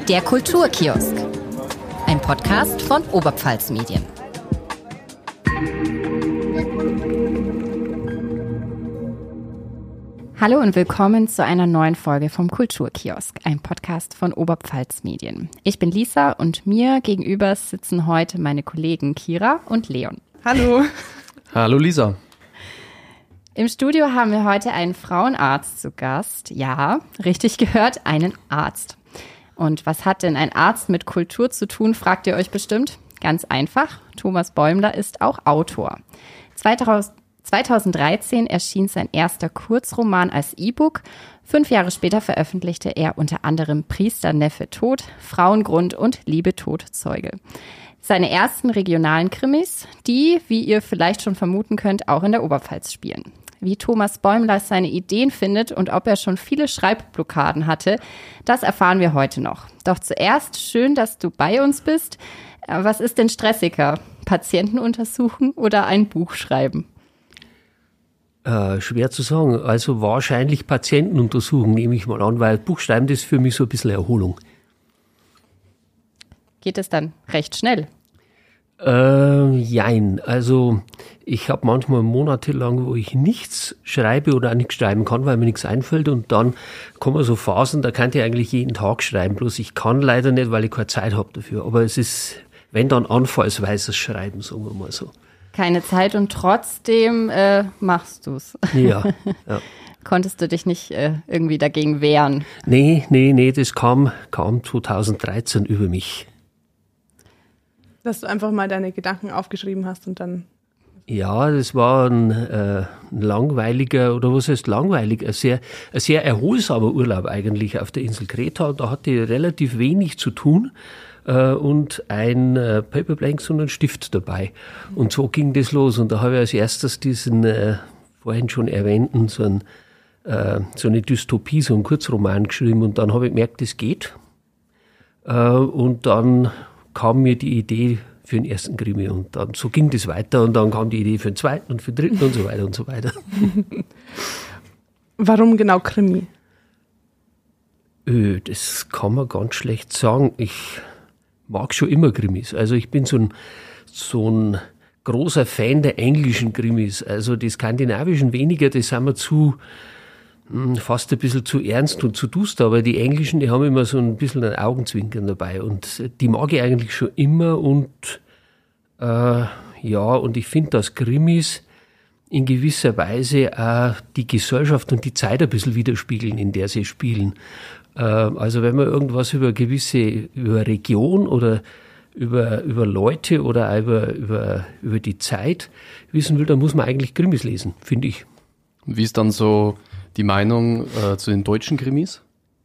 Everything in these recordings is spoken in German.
Der Kulturkiosk, ein Podcast von Oberpfalz Medien. Hallo und willkommen zu einer neuen Folge vom Kulturkiosk, ein Podcast von Oberpfalz Medien. Ich bin Lisa und mir gegenüber sitzen heute meine Kollegen Kira und Leon. Hallo. Hallo Lisa. Im Studio haben wir heute einen Frauenarzt zu Gast. Ja, richtig gehört, einen Arzt. Und was hat denn ein Arzt mit Kultur zu tun, fragt ihr euch bestimmt? Ganz einfach, Thomas Bäumler ist auch Autor. 2013 erschien sein erster Kurzroman als E-Book. 5 Jahre später veröffentlichte er unter anderem Priester Neffe Tod, Frauengrund und Liebe Todzeuge. Seine ersten regionalen Krimis, die, wie ihr vielleicht schon vermuten könnt, auch in der Oberpfalz spielen. Wie Thomas Bäumler seine Ideen findet und ob er schon viele Schreibblockaden hatte, das erfahren wir heute noch. Doch zuerst schön, dass du bei uns bist. Was ist denn stressiger? Patienten untersuchen oder ein Buch schreiben? Schwer zu sagen. Also wahrscheinlich Patienten untersuchen, nehme ich mal an, weil Buchschreiben, das ist für mich so ein bisschen Erholung. Geht es dann recht schnell? Jein. Also ich habe manchmal monatelang, wo ich nichts schreibe oder auch nichts schreiben kann, weil mir nichts einfällt, und dann kommen so Phasen, da kann ich eigentlich jeden Tag schreiben, bloß ich kann leider nicht, weil ich keine Zeit habe dafür. Aber es ist, wenn dann anfallsweises Schreiben, sagen wir mal so. Keine Zeit und trotzdem machst du's. Ja. Konntest du dich nicht irgendwie dagegen wehren? Nee, das kam 2013 über mich. Dass du einfach mal deine Gedanken aufgeschrieben hast und dann... Ja, das war ein langweiliger, oder was heißt langweilig, ein sehr erholsamer Urlaub eigentlich auf der Insel Kreta. Da hatte ich relativ wenig zu tun und ein Paperblanks und einen Stift dabei. Und so ging das los. Und da habe ich als erstes diesen vorhin schon erwähnten, so eine Dystopie, so einen Kurzroman geschrieben. Und dann habe ich gemerkt, das geht. Und dann kam mir die Idee für den ersten Krimi, und dann so ging das weiter, und dann kam die Idee für den zweiten und für den dritten und so weiter und so weiter. Warum genau Krimi? Das kann man ganz schlecht sagen. Ich mag schon immer Krimis. Also ich bin so ein großer Fan der englischen Krimis. Also die skandinavischen weniger, das sind mir fast ein bisschen zu ernst und zu duster, aber die englischen, die haben immer so ein bisschen ein Augenzwinkern dabei, und die mag ich eigentlich schon immer, und und ich finde, dass Krimis in gewisser Weise auch die Gesellschaft und die Zeit ein bisschen widerspiegeln, in der sie spielen. Also wenn man irgendwas über Region oder über Leute oder auch über die Zeit wissen will, dann muss man eigentlich Krimis lesen, finde ich. Wie ist dann so die Meinung zu den deutschen Krimis?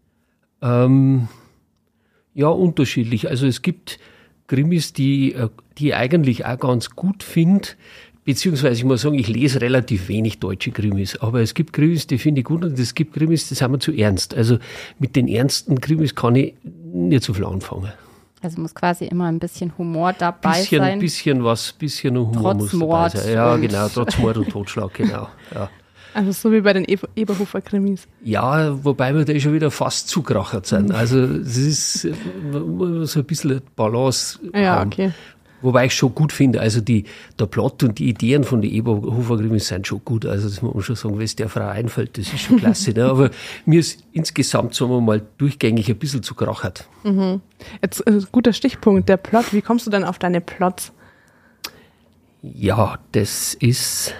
Ja, unterschiedlich. Also es gibt Krimis, die ich eigentlich auch ganz gut finde, beziehungsweise ich muss sagen, ich lese relativ wenig deutsche Krimis, aber es gibt Krimis, die finde ich gut, und es gibt Krimis, die sind mir zu ernst. Also mit den ernsten Krimis kann ich nicht so viel anfangen. Also muss quasi immer ein bisschen Humor dabei sein. Bisschen Humor trotz muss Mord dabei sein. Ja, genau, trotz Mord und Totschlag, genau. Ja. Also so wie bei den Eberhofer-Krimis. Ja, wobei wir da schon wieder fast zugerachert sind. Also es ist so ein bisschen Balance ja, haben. Okay. Wobei ich schon gut finde, also der Plot und die Ideen von den Eberhofer-Krimis sind schon gut. Also das muss man schon sagen, wenn es der Frau einfällt, das ist schon klasse. Ne? Aber mir ist insgesamt, sagen wir mal, durchgängig ein bisschen zu gerachert. Mhm. Jetzt guter Stichpunkt, der Plot. Wie kommst du denn auf deine Plots? Ja, das ist...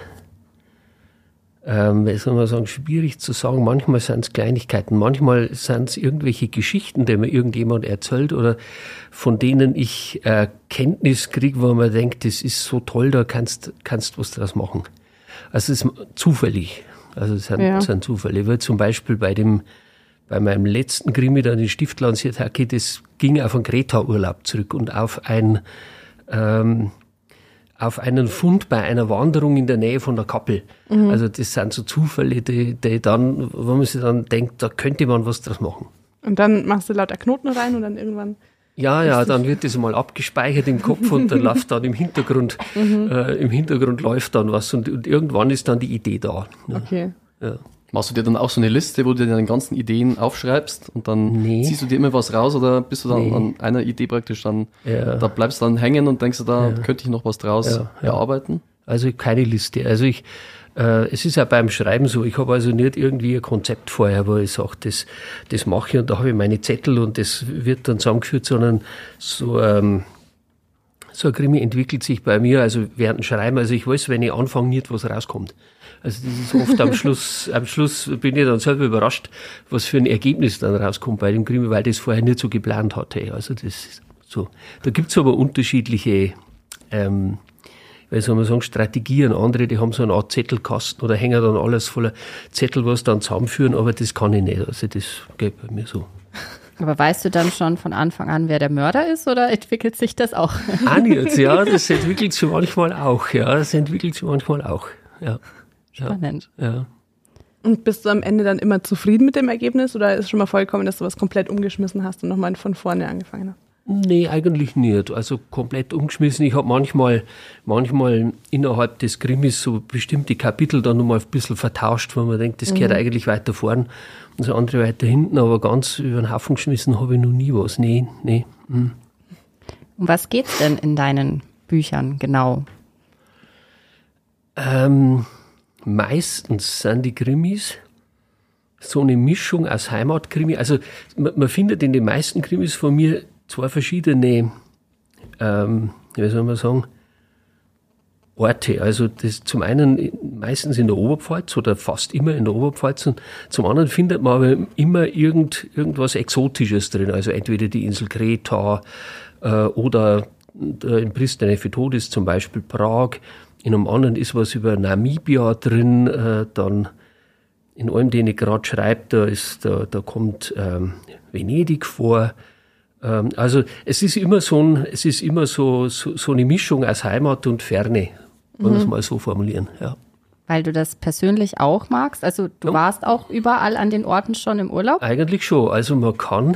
wie soll man sagen, schwierig zu sagen. Manchmal sind es Kleinigkeiten, manchmal sind es irgendwelche Geschichten, die mir irgendjemand erzählt oder von denen ich Kenntnis kriege, wo man denkt, das ist so toll, da kannst was draus machen. Also es ist zufällig. Also es sind Zufälle. Weil zum Beispiel bei meinem letzten Krimi, der den Stift lanciert hat, das ging auf einen Kreta-Urlaub zurück und auf einen Fund bei einer Wanderung in der Nähe von der Kappel. Mhm. Also das sind so Zufälle, die dann, wo man sich dann denkt, da könnte man was draus machen. Und dann machst du lauter Knoten rein und dann irgendwann... Ja, dann wird das mal abgespeichert im Kopf und dann läuft dann im Hintergrund läuft dann was und irgendwann ist dann die Idee da. Okay. Ja. Machst du dir dann auch so eine Liste, wo du deine ganzen Ideen aufschreibst und dann ziehst du dir immer was raus oder bist du dann an einer Idee praktisch dann, da bleibst du dann hängen und denkst du, da könnte ich noch was draus erarbeiten? Also keine Liste. Also es ist auch beim Schreiben so, ich habe also nicht irgendwie ein Konzept vorher, wo ich sage, das mache ich und da habe ich meine Zettel und das wird dann zusammengeführt, sondern so ein Krimi entwickelt sich bei mir, also während dem Schreiben, also ich weiß, wenn ich anfange, nicht was rauskommt. Also das ist oft am Schluss bin ich dann selber überrascht, was für ein Ergebnis dann rauskommt bei dem Krimi, weil das vorher nicht so geplant hatte. Also das ist so. Da gibt's aber unterschiedliche, wie soll man sagen, Strategien. Andere, die haben so eine Art Zettelkasten oder hängen dann alles voller Zettel, was dann zusammenführen, aber das kann ich nicht. Also das geht bei mir so. Aber weißt du dann schon von Anfang an, wer der Mörder ist, oder entwickelt sich das auch? Jetzt, ja, das entwickelt sich manchmal auch, ja. Spannend. Ja. Und bist du am Ende dann immer zufrieden mit dem Ergebnis oder ist schon mal vorgekommen, dass du was komplett umgeschmissen hast und nochmal von vorne angefangen hast? Nee, eigentlich nicht. Also komplett umgeschmissen. Ich habe manchmal innerhalb des Krimis so bestimmte Kapitel dann nochmal ein bisschen vertauscht, wo man denkt, das gehört eigentlich weiter vorn und das andere weiter hinten, aber ganz über den Haufen geschmissen habe ich noch nie was. Nee. Um was geht's denn in deinen Büchern genau? Meistens sind die Krimis so eine Mischung aus Heimatkrimi. Also man findet in den meisten Krimis von mir zwei verschiedene, wie soll man sagen, Orte. Also das zum einen meistens in der Oberpfalz oder fast immer in der Oberpfalz und zum anderen findet man aber immer irgendwas Exotisches drin. Also entweder die Insel Kreta oder in Priester Nefertoti ist zum Beispiel Prag. In einem anderen ist was über Namibia drin, dann in allem, den ich gerade schreibe, da kommt Venedig vor. Also es ist immer so eine Mischung aus Heimat und Ferne, wenn wir es mal so formulieren. Ja. Weil du das persönlich auch magst? Also du warst auch überall an den Orten schon im Urlaub? Eigentlich schon. Also man kann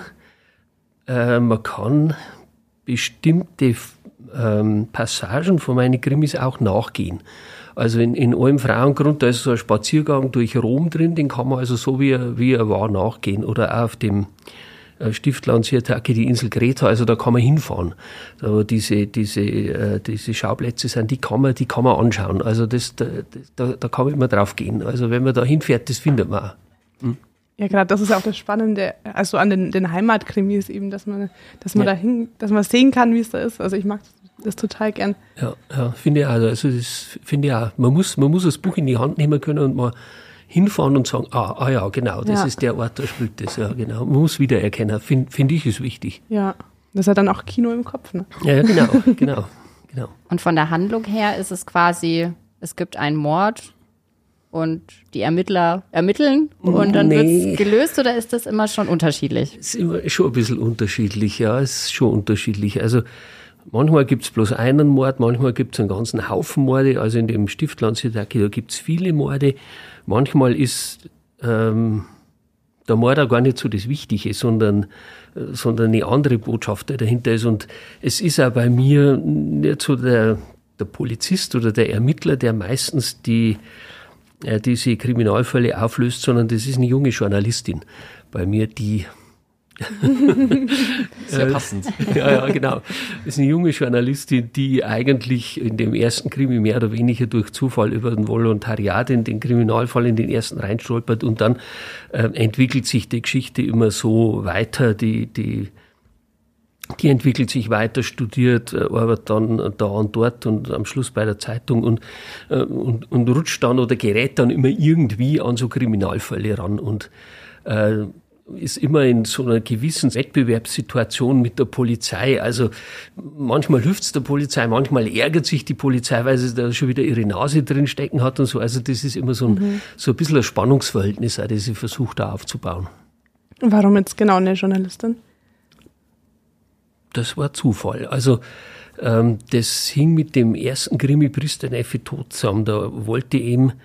bestimmte Passagen von meinen Krimis auch nachgehen. Also in einem Frauengrund, da ist so ein Spaziergang durch Rom drin, den kann man also so wie er war nachgehen. Oder auch auf dem Stiftland Sirtaki, die Insel Kreta, also da kann man hinfahren. Da diese Schauplätze sind, die kann man anschauen. Also da kann man immer drauf gehen. Also wenn man da hinfährt, das findet man auch. Ja, gerade das ist auch das Spannende, also an den Heimatkrimis eben, dass man sehen kann, wie es da ist. Also ich mag das total gern. Ja, finde ich auch. Also das finde ich auch. Man muss das Buch in die Hand nehmen können und mal hinfahren und sagen, ja, genau, das ist der Ort, da spielt das. Ja, genau. Man muss wiedererkennen. Finde ich, ist wichtig. Ja, das ist ja dann auch Kino im Kopf, ne? Ja, genau. Und von der Handlung her ist es quasi, es gibt einen Mord und die Ermittler ermitteln und dann wird es gelöst, oder ist das immer schon unterschiedlich? Es ist immer schon ein bisschen unterschiedlich, ja, es ist schon unterschiedlich. Also manchmal gibt es bloß einen Mord, manchmal gibt es einen ganzen Haufen Morde. Also in dem Stiftland Sirtaki, da gibt es viele Morde. Manchmal ist der Mord auch gar nicht so das Wichtige, sondern eine andere Botschaft, die dahinter ist. Und es ist auch bei mir nicht so der Polizist oder der Ermittler, der meistens diese Kriminalfälle auflöst, sondern das ist eine junge Journalistin bei mir, die sehr passend. Ja, genau. Das ist eine junge Journalistin, die eigentlich in dem ersten Krimi mehr oder weniger durch Zufall über ein Volontariat in den Kriminalfall in den ersten reinstolpert und dann entwickelt sich die Geschichte immer so weiter, die entwickelt sich weiter, studiert, arbeitet dann da und dort und am Schluss bei der Zeitung und rutscht dann oder gerät dann immer irgendwie an so Kriminalfälle ran und ist immer in so einer gewissen Wettbewerbssituation mit der Polizei. Also manchmal hilft's der Polizei, manchmal ärgert sich die Polizei, weil sie da schon wieder ihre Nase drin stecken hat und so. Also das ist immer so ein bisschen ein Spannungsverhältnis, das ich versuche da aufzubauen. Warum jetzt genau eine Journalistin? Das war Zufall. Also das hing mit dem ersten Krimi Priester Nefertoti zusammen. Da wollte ich eben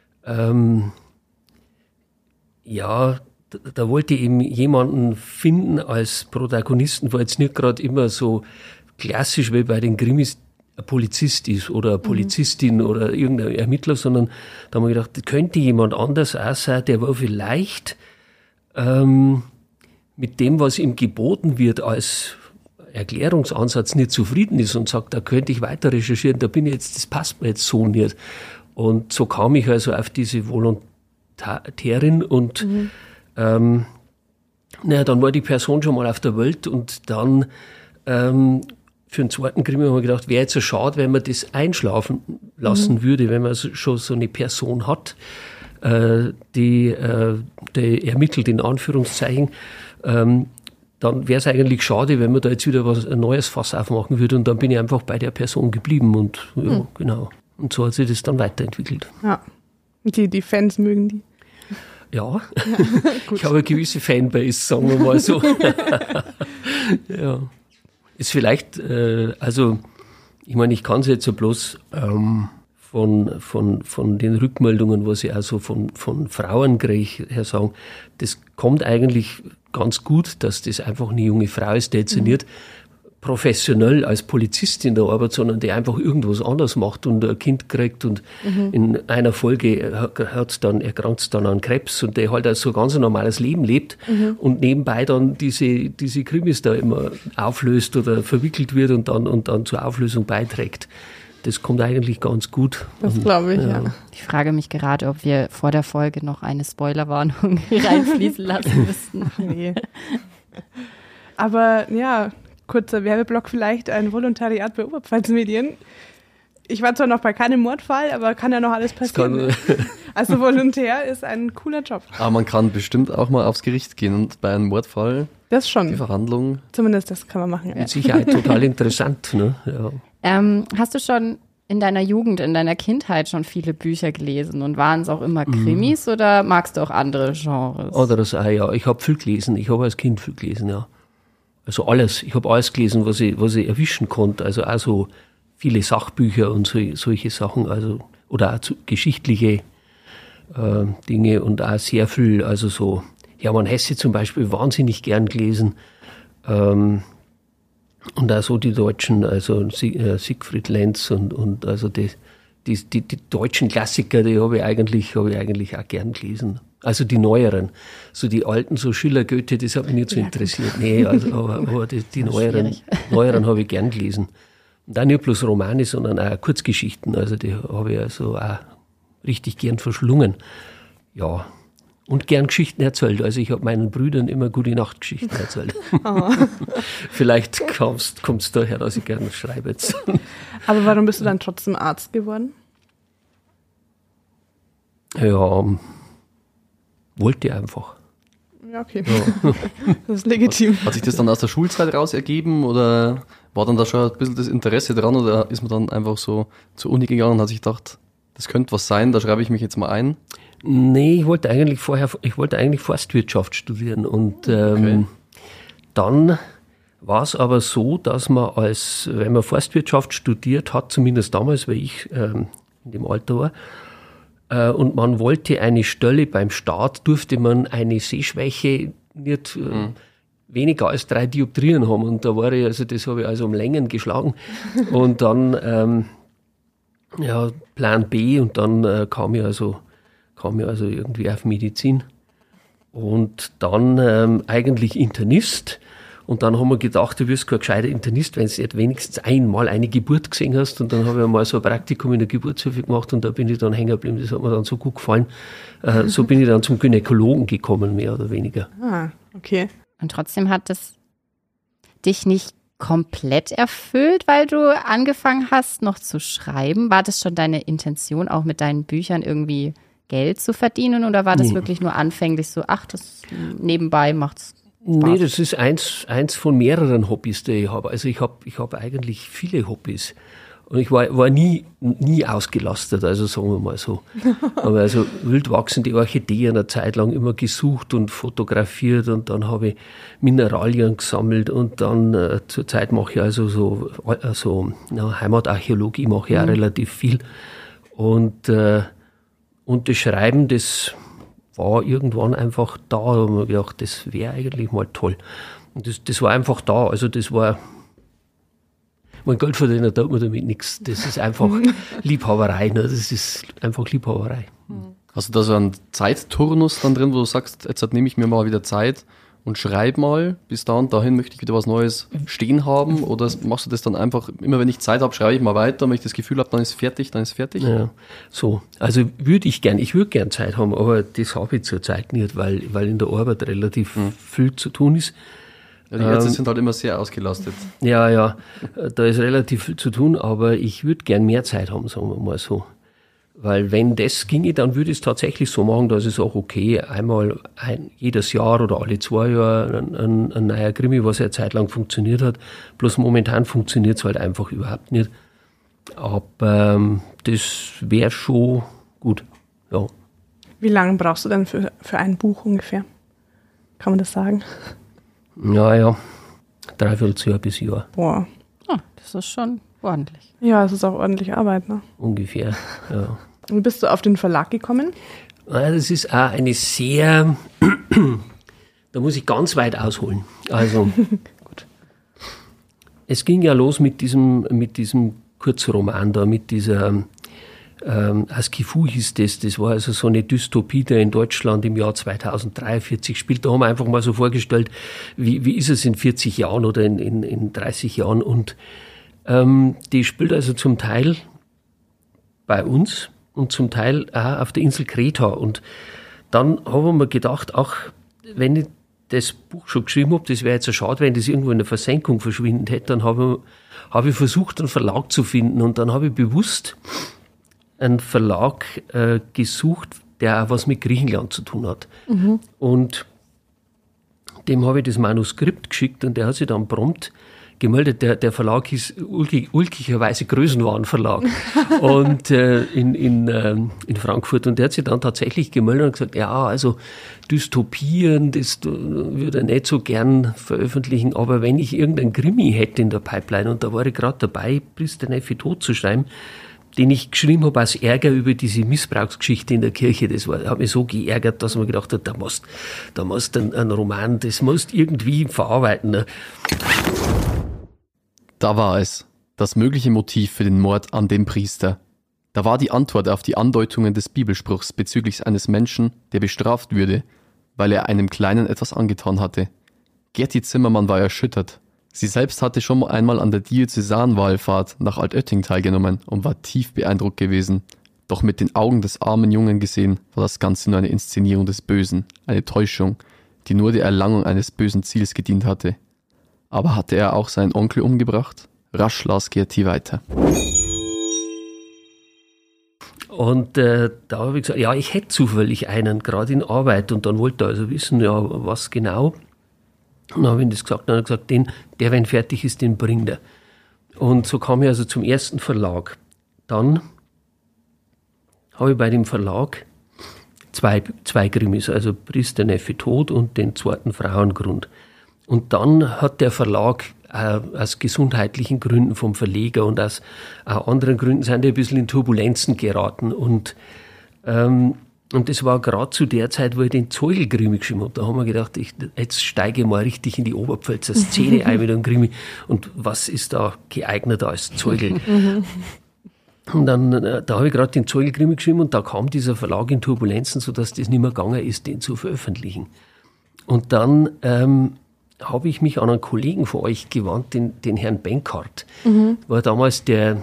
da wollte ich eben jemanden finden als Protagonisten, war jetzt nicht gerade immer so klassisch wie bei den Krimis, ein Polizist ist oder eine Polizistin oder irgendein Ermittler, sondern da haben wir gedacht, das könnte jemand anders auch sein, der war vielleicht mit dem, was ihm geboten wird, als Erklärungsansatz nicht zufrieden ist und sagt, da könnte ich weiter recherchieren, da bin ich jetzt, das passt mir jetzt so nicht. Und so kam ich also auf diese Volontärin und dann war die Person schon mal auf der Welt und dann für den zweiten Krimi haben wir gedacht, wäre jetzt so schade, wenn man das einschlafen lassen würde, wenn man schon so eine Person hat, die ermittelt in Anführungszeichen, dann wäre es eigentlich schade, wenn man da jetzt wieder ein neues Fass aufmachen würde und dann bin ich einfach bei der Person geblieben und ja, genau. Und so hat sich das dann weiterentwickelt. Ja, die Fans mögen die. Ja, ich habe eine gewisse Fanbase, sagen wir mal so. Ja. Ist vielleicht, also ich meine, ich kann es jetzt so bloß von den Rückmeldungen, was ich also von Frauen kriege, her sagen, das kommt eigentlich ganz gut, dass das einfach eine junge Frau ist, die jetzt nicht professionell als Polizistin da arbeitet, sondern die einfach irgendwas anderes macht und ein Kind kriegt und in einer Folge erkrankt es dann an Krebs und der halt so ein ganz normales Leben lebt und nebenbei dann diese Krimis da immer auflöst oder verwickelt wird und dann zur Auflösung beiträgt. Das kommt eigentlich ganz gut. Das glaube ich, ja. Ich frage mich gerade, ob wir vor der Folge noch eine Spoilerwarnung reinfließen lassen müssten. Nee. Aber ja, kurzer Werbeblock vielleicht, ein Volontariat bei Oberpfalz-Medien. Ich war zwar noch bei keinem Mordfall, aber kann ja noch alles passieren. Also Volontär ist ein cooler Job. Aber man kann bestimmt auch mal aufs Gericht gehen und bei einem Mordfall das schon. Die Verhandlung. Zumindest das kann man machen. Ja. Mit Sicherheit total interessant. Ne? Ja. Hast du schon in deiner Jugend, in deiner Kindheit schon viele Bücher gelesen und waren es auch immer Krimis oder magst du auch andere Genres? Anderes auch, ja. Ich habe viel gelesen. Ich habe als Kind viel gelesen, ja. Also alles. Ich habe alles gelesen, was ich erwischen konnte. Also auch so viele Sachbücher und solche Sachen. Also, oder auch geschichtliche Dinge und auch sehr viel, also so Hermann Hesse zum Beispiel, wahnsinnig gern gelesen. Und auch so die Deutschen, also Siegfried Lenz und also die deutschen Klassiker, die habe ich eigentlich auch gern gelesen. Also die neueren. So die alten, so Schiller, Goethe, das hat mich nicht so interessiert. Nee, also, aber die neueren habe ich gern gelesen. Und auch nicht bloß Romane, sondern auch Kurzgeschichten. Also die habe ich also auch richtig gern verschlungen. Ja. Und gern Geschichten erzählt. Also ich habe meinen Brüdern immer Gute-Nacht-Geschichten erzählt. Oh. Vielleicht kommt es daher, dass ich gerne schreibe jetzt. Aber warum bist du dann trotzdem Arzt geworden? Ja, wollte ich einfach. Ja, okay. Ja. Das ist legitim. Hat sich das dann aus der Schulzeit raus ergeben oder war dann da schon ein bisschen das Interesse dran oder ist man dann einfach so zur Uni gegangen und hat sich gedacht, das könnte was sein, da schreibe ich mich jetzt mal ein? Nee, ich wollte eigentlich Forstwirtschaft studieren und okay. Dann war es aber so, dass man wenn man Forstwirtschaft studiert hat, zumindest damals, weil ich in dem Alter war, und man wollte eine Stelle beim Staat, durfte man eine Sehschwäche nicht weniger als 3 Dioptrien haben und da war ich, also das habe ich also um Längen geschlagen und dann Plan B und dann kam ich also irgendwie auf Medizin und dann eigentlich Internist und dann haben wir gedacht, du wirst kein gescheiter Internist, wenn du jetzt wenigstens einmal eine Geburt gesehen hast und dann habe ich mal so ein Praktikum in der Geburtshilfe gemacht und da bin ich dann hängen geblieben, das hat mir dann so gut gefallen. So bin ich dann zum Gynäkologen gekommen, mehr oder weniger. Ah, okay. Und trotzdem hat das dich nicht komplett erfüllt, weil du angefangen hast, noch zu schreiben? War das schon deine Intention, auch mit deinen Büchern irgendwie Geld zu verdienen oder war das wirklich nur anfänglich so, das nebenbei macht's Spaß? Nee, das ist eins von mehreren Hobbys, die ich habe. Also ich habe eigentlich viele Hobbys. Und ich war nie ausgelastet, also sagen wir mal so. Aber also wild wachsende Orchideen eine Zeit lang immer gesucht und fotografiert und dann habe ich Mineralien gesammelt und dann zurzeit mache ich also so Heimatarchäologie mache ich auch relativ viel. Und das Schreiben, das war irgendwann einfach da. Da habe ich mir gedacht, das wäre eigentlich mal toll. Und das war einfach da. Also das war, Mein Geld verdienen tut man damit nichts. Das ist einfach Liebhaberei. Ne? Das ist einfach Liebhaberei. Hast du da so einen Zeitturnus dann drin, wo du sagst, jetzt nehme ich mir mal wieder Zeit und schreib mal, bis da und dahin möchte ich wieder was Neues stehen haben? Oder machst du das dann einfach, immer wenn ich Zeit habe, schreibe ich mal weiter, und wenn ich das Gefühl habe, dann ist fertig? Ja, so. Also ich würde gern Zeit haben, aber das habe ich zurzeit nicht, weil in der Arbeit relativ viel zu tun ist. Ja, die Ärzte sind halt immer sehr ausgelastet. Ja, da ist relativ viel zu tun, aber ich würde gern mehr Zeit haben, sagen wir mal so. Weil wenn das ginge, dann würde ich es tatsächlich so machen, dass ich sage, okay, einmal jedes Jahr oder alle 2 Jahre ein neuer Krimi, was ja eine Zeit lang funktioniert hat. Bloß momentan funktioniert es halt einfach überhaupt nicht. Aber das wäre schon gut, ja. Wie lange brauchst du denn für ein Buch ungefähr? Kann man das sagen? Ja, 3/4 Jahr bis Jahr. Boah. Oh, das ist schon ordentlich. Ja, es ist auch ordentlich Arbeit, ne? Ungefähr, ja. Wie bist du auf den Verlag gekommen? Das ist auch eine sehr, da muss ich ganz weit ausholen. Also, gut. Es ging ja los mit diesem Kurzroman da, mit dieser, Askifu hieß das war also so eine Dystopie, der in Deutschland im Jahr 2043 spielt. Da haben wir einfach mal so vorgestellt, wie ist es in 40 Jahren oder in 30 Jahren, und die spielt also zum Teil bei uns und zum Teil auch auf der Insel Kreta. Und dann haben wir mir gedacht, ach, wenn ich das Buch schon geschrieben habe, das wäre jetzt ein Schade, wenn das irgendwo in der Versenkung verschwinden hätte. Dann habe ich versucht, einen Verlag zu finden, und dann habe ich bewusst einen Verlag gesucht, der auch was mit Griechenland zu tun hat. Und dem habe ich das Manuskript geschickt, und der hat sich dann prompt gemeldet. Der Verlag hieß ulkigerweise Größenwarenverlag und in Frankfurt, und der hat sich dann tatsächlich gemeldet und gesagt, ja, also Dystopien, das würde er nicht so gern veröffentlichen, aber wenn ich irgendeinen Krimi hätte in der Pipeline, und da war ich gerade dabei, Priester Neffe tot zu schreiben, den ich geschrieben habe aus Ärger über diese Missbrauchsgeschichte in der Kirche. Das hat mich so geärgert, dass man gedacht hat, da musst einen Roman, das musst irgendwie verarbeiten. Ne? Da war es, das mögliche Motiv für den Mord an dem Priester. Da war die Antwort auf die Andeutungen des Bibelspruchs bezüglich eines Menschen, der bestraft würde, weil er einem Kleinen etwas angetan hatte. Gerti Zimmermann war erschüttert. Sie selbst hatte schon einmal an der Diözesanwallfahrt nach Altötting teilgenommen und war tief beeindruckt gewesen. Doch mit den Augen des armen Jungen gesehen, war das Ganze nur eine Inszenierung des Bösen, eine Täuschung, die nur der Erlangung eines bösen Ziels gedient hatte. Aber hatte er auch seinen Onkel umgebracht? Rasch las Gerti weiter. Und da habe ich gesagt, ja, ich hätte zufällig einen, gerade in Arbeit, und dann wollte er also wissen, ja, was genau. Und dann habe ich ihm das gesagt, dann hat er gesagt, der, wenn fertig ist, den bringt er. Und so kam ich also zum ersten Verlag. Dann habe ich bei dem Verlag zwei Krimis, also Priester Neffe tot und den zweiten Frauengrund. Und dann hat der Verlag aus gesundheitlichen Gründen vom Verleger und aus anderen Gründen sind die ein bisschen in Turbulenzen geraten. Und das war gerade zu der Zeit, wo ich den Zeugl-Krimi geschrieben habe. Da haben wir gedacht, jetzt steige ich mal richtig in die Oberpfälzer Szene ein mit einem Krimi. Und was ist da geeigneter als Zeugl? Und dann, da habe ich gerade den Zeugl-Krimi geschrieben, und da kam dieser Verlag in Turbulenzen, sodass das nicht mehr gegangen ist, den zu veröffentlichen. Und dann habe ich mich an einen Kollegen von euch gewandt, den Herrn Benkart. War damals der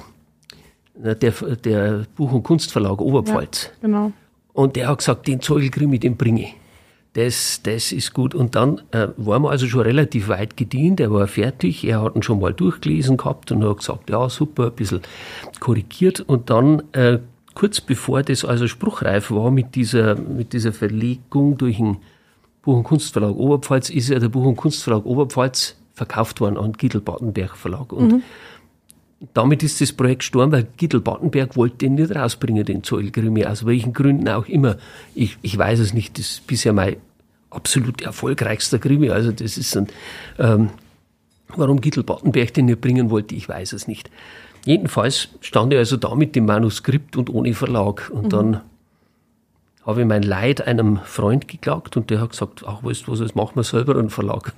Buch- und Kunstverlag Oberpfalz. Ja, genau. Und der hat gesagt, den Zeugl-Krimi, den bringe ich. Das ist gut. Und dann waren wir also schon relativ weit gediehen. Der war fertig. Er hat ihn schon mal durchgelesen gehabt und hat gesagt, ja, super, ein bisschen korrigiert. Und dann, kurz bevor das also spruchreif war mit dieser Verlegung durch den Buch- und Kunstverlag Oberpfalz, ist ja der Buch- und Kunstverlag Oberpfalz verkauft worden an Gittl-Battenberg Verlag. Und damit ist das Projekt gestorben, weil Gittl-Battenberg wollte den nicht rausbringen, den Zeugl-Krimi, aus welchen Gründen auch immer. Ich weiß es nicht, das ist bisher mein absolut erfolgreichster Krimi. Also das ist warum Gittl-Battenberg den nicht bringen wollte, ich weiß es nicht. Jedenfalls stand er also da mit dem Manuskript und ohne Verlag. Und dann habe ich mein Leid einem Freund geklagt und der hat gesagt, ach, weißt du was, das machen wir selber einen Verlag.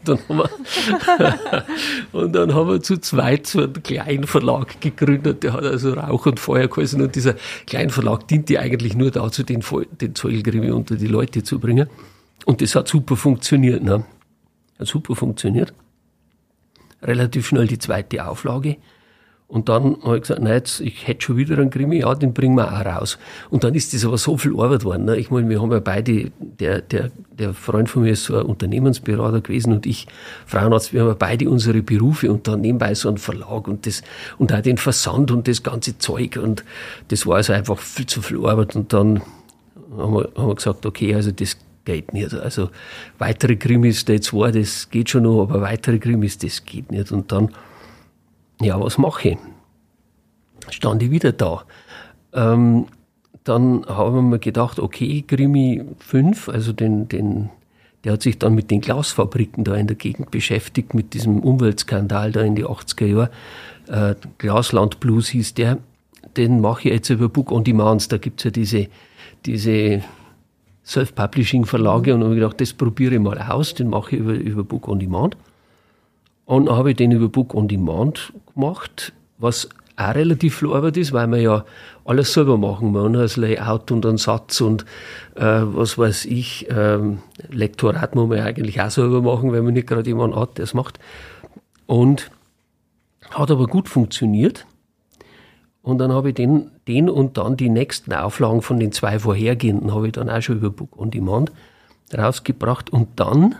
Und dann haben wir zu zweit so einen kleinen Verlag gegründet, der hat also Rauch und Feuer geheißen und dieser kleine Verlag diente eigentlich nur dazu, den Zeugelkrimi unter die Leute zu bringen. Und das hat super funktioniert, ne? Hat super funktioniert. Relativ schnell die zweite Auflage. Und dann habe ich gesagt, nein, jetzt, ich hätte schon wieder einen Krimi, ja, den bringen wir auch raus. Und dann ist das aber so viel Arbeit worden. Ne? Ich meine, wir haben ja beide, der Freund von mir ist so ein Unternehmensberater gewesen und ich, Frauenarzt, wir haben ja beide unsere Berufe und dann nebenbei so einen Verlag und auch den Versand und das ganze Zeug. Und das war also einfach viel zu viel Arbeit. Und dann haben wir gesagt, okay, also das geht nicht. Also weitere Krimis, die 2, das geht schon noch, aber weitere Krimis, das geht nicht. Und dann, ja, was mache ich? Stand ich wieder da. Dann haben wir mir gedacht, okay, Krimi 5, also der hat sich dann mit den Glasfabriken da in der Gegend beschäftigt, mit diesem Umweltskandal da in die 80er Jahre. Glasland Blues hieß der. Den mache ich jetzt über Book on Demand. Da gibt's ja diese Self-Publishing-Verlage und habe gedacht, das probiere ich mal aus, den mache ich über Book on Demand. Und dann habe ich den über Book on Demand gemacht, was auch relativ viel Arbeit ist, weil wir ja alles selber machen. Wir haben das Layout und einen Satz und was weiß ich, Lektorat muss man ja eigentlich auch selber machen, wenn man nicht gerade jemanden hat, der es macht. Und hat aber gut funktioniert. Und dann habe ich den und dann die nächsten Auflagen von den 2 vorhergehenden habe ich dann auch schon über Book on Demand rausgebracht. Und dann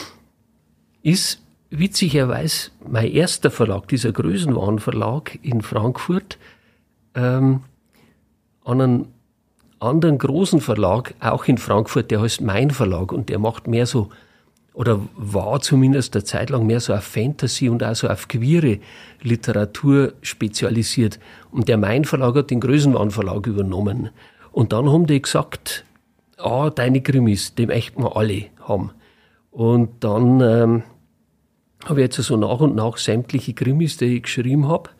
ist witzigerweise mein erster Verlag, dieser Größenwahnverlag in Frankfurt, an einen anderen großen Verlag, auch in Frankfurt, der heißt Mein Verlag und der macht mehr so, oder war zumindest eine Zeit lang mehr so auf Fantasy und auch so auf queere Literatur spezialisiert. Und der Mein Verlag hat den Größenwahnverlag übernommen. Und dann haben die gesagt, deine Krimis, die möchten wir alle haben. Und dann habe ich jetzt so nach und nach sämtliche Krimis, die ich geschrieben habe,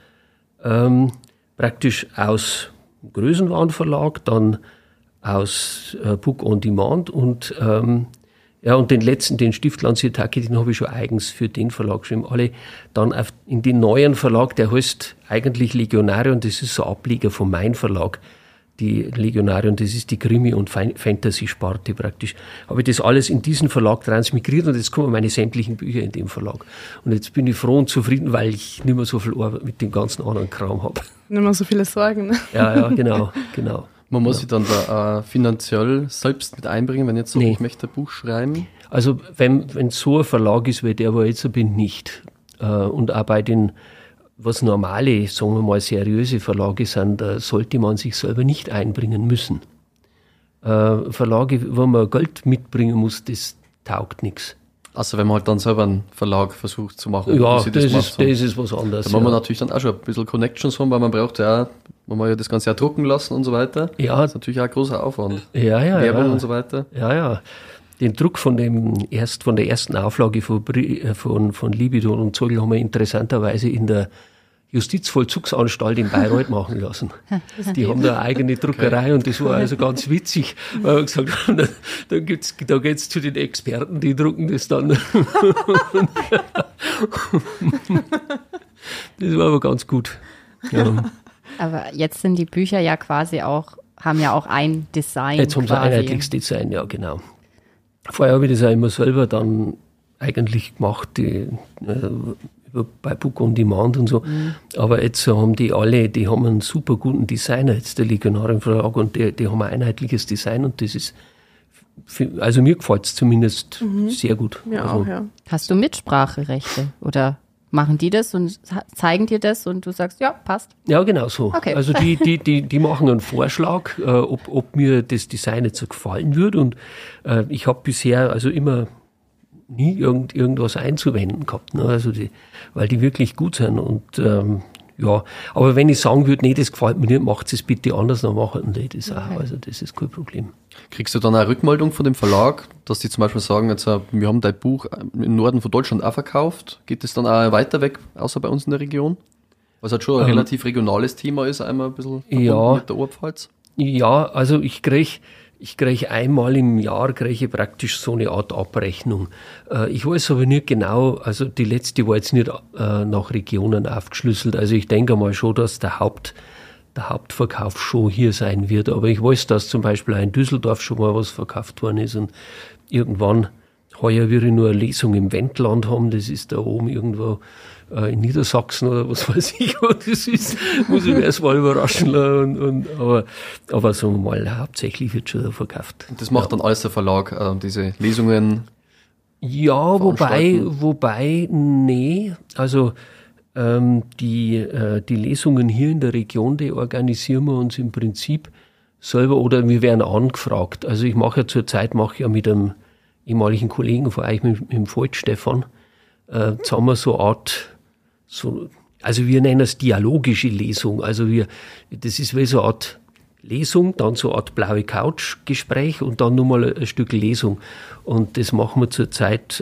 praktisch aus Größenwahnverlag, dann aus Book on Demand und und den letzten, den Stiftland Sitaki, den habe ich schon eigens für den Verlag geschrieben. Alle dann in den neuen Verlag, der heißt eigentlich Legionarion, das ist so ein Ableger von Mein Verlag. Die Legionarion, das ist die Krimi- und Fantasy-Sparte praktisch. Habe ich das alles in diesen Verlag transmigriert und jetzt kommen meine sämtlichen Bücher in dem Verlag. Und jetzt bin ich froh und zufrieden, weil ich nicht mehr so viel Arbeit mit dem ganzen anderen Kram habe. Nicht mehr so viele Sorgen. Ne? Ja, genau. Man muss sich dann da finanziell selbst mit einbringen, wenn jetzt so, ich möchte ein Buch schreiben? Also wenn so ein Verlag ist, wie der, wo ich jetzt bin, nicht. Und auch bei den, was normale, sagen wir mal, seriöse Verlage sind, da sollte man sich selber nicht einbringen müssen. Verlage, wo man Geld mitbringen muss, das taugt nichts. Also wenn man halt dann selber einen Verlag versucht zu machen. Ja, das ist was anderes. Da muss man natürlich dann auch schon ein bisschen Connections haben, weil man braucht ja, man muss ja das Ganze ja drucken lassen und so weiter. Ja. Das ist natürlich auch ein großer Aufwand. Werbung und so weiter. Ja. Den Druck von der ersten Auflage von Libidon und Zeugl haben wir interessanterweise in der Justizvollzugsanstalt in Bayreuth machen lassen. Die haben da eine eigene Druckerei und das war also ganz witzig, weil wir gesagt haben, da geht's zu den Experten, die drucken das dann. Das war aber ganz gut. Ja. Aber jetzt sind die Bücher ja quasi haben ja auch ein Design. Jetzt haben sie ein einheitliches Design, ja genau. Vorher habe ich das auch immer selber dann eigentlich gemacht, bei Book on Demand und so. Mhm. Aber jetzt haben die haben einen super guten Designer, jetzt der Legionarion Verlag, und die haben ein einheitliches Design und das ist, also mir gefällt es zumindest sehr gut. Ja, also, auch, ja. Hast du Mitspracherechte oder machen die das und zeigen dir das und du sagst, ja, passt? Ja, genau so. Okay. Also die machen einen Vorschlag, ob mir das Design jetzt so gefallen würde, und ich habe bisher also immer nie irgendwas einzuwenden gehabt, ne? Also weil die wirklich gut sind und aber wenn ich sagen würde, nee, das gefällt mir nicht, macht es bitte anders, dann machen die das auch. Also das ist kein Problem. Kriegst du dann eine Rückmeldung von dem Verlag, dass die zum Beispiel sagen, jetzt, wir haben dein Buch im Norden von Deutschland auch verkauft, geht es dann auch weiter weg, außer bei uns in der Region? Was halt schon ein relativ regionales Thema ist, einmal ein bisschen verbunden mit der Oberpfalz. Ja, also ich kriege Ich kriege einmal im Jahr praktisch so eine Art Abrechnung. Ich weiß aber nicht genau, also die letzte war jetzt nicht nach Regionen aufgeschlüsselt. Also ich denke mal schon, dass der Hauptverkauf schon hier sein wird. Aber ich weiß, dass zum Beispiel auch in Düsseldorf schon mal was verkauft worden ist. Und irgendwann, heuer will ich nur eine Lesung im Wendland haben. Das ist da oben irgendwo in Niedersachsen oder was weiß ich, wo das ist. Muss ich mir erst mal überraschen lassen. Aber sagen wir mal, hauptsächlich wird schon da verkauft. Und das macht dann alles der Verlag, diese Lesungen? Ja, wobei, nee. Also die Lesungen hier in der Region, die organisieren wir uns im Prinzip selber oder wir werden angefragt. Also ich mache ja mit einem ehemaligen Kollegen von euch, mit dem Voigt Stefan, zusammen so eine Art, also wir nennen es dialogische Lesung. Also das ist wie so eine Art Lesung, dann so eine Art blaue Couch-Gespräch und dann nochmal ein Stück Lesung. Und das machen wir zurzeit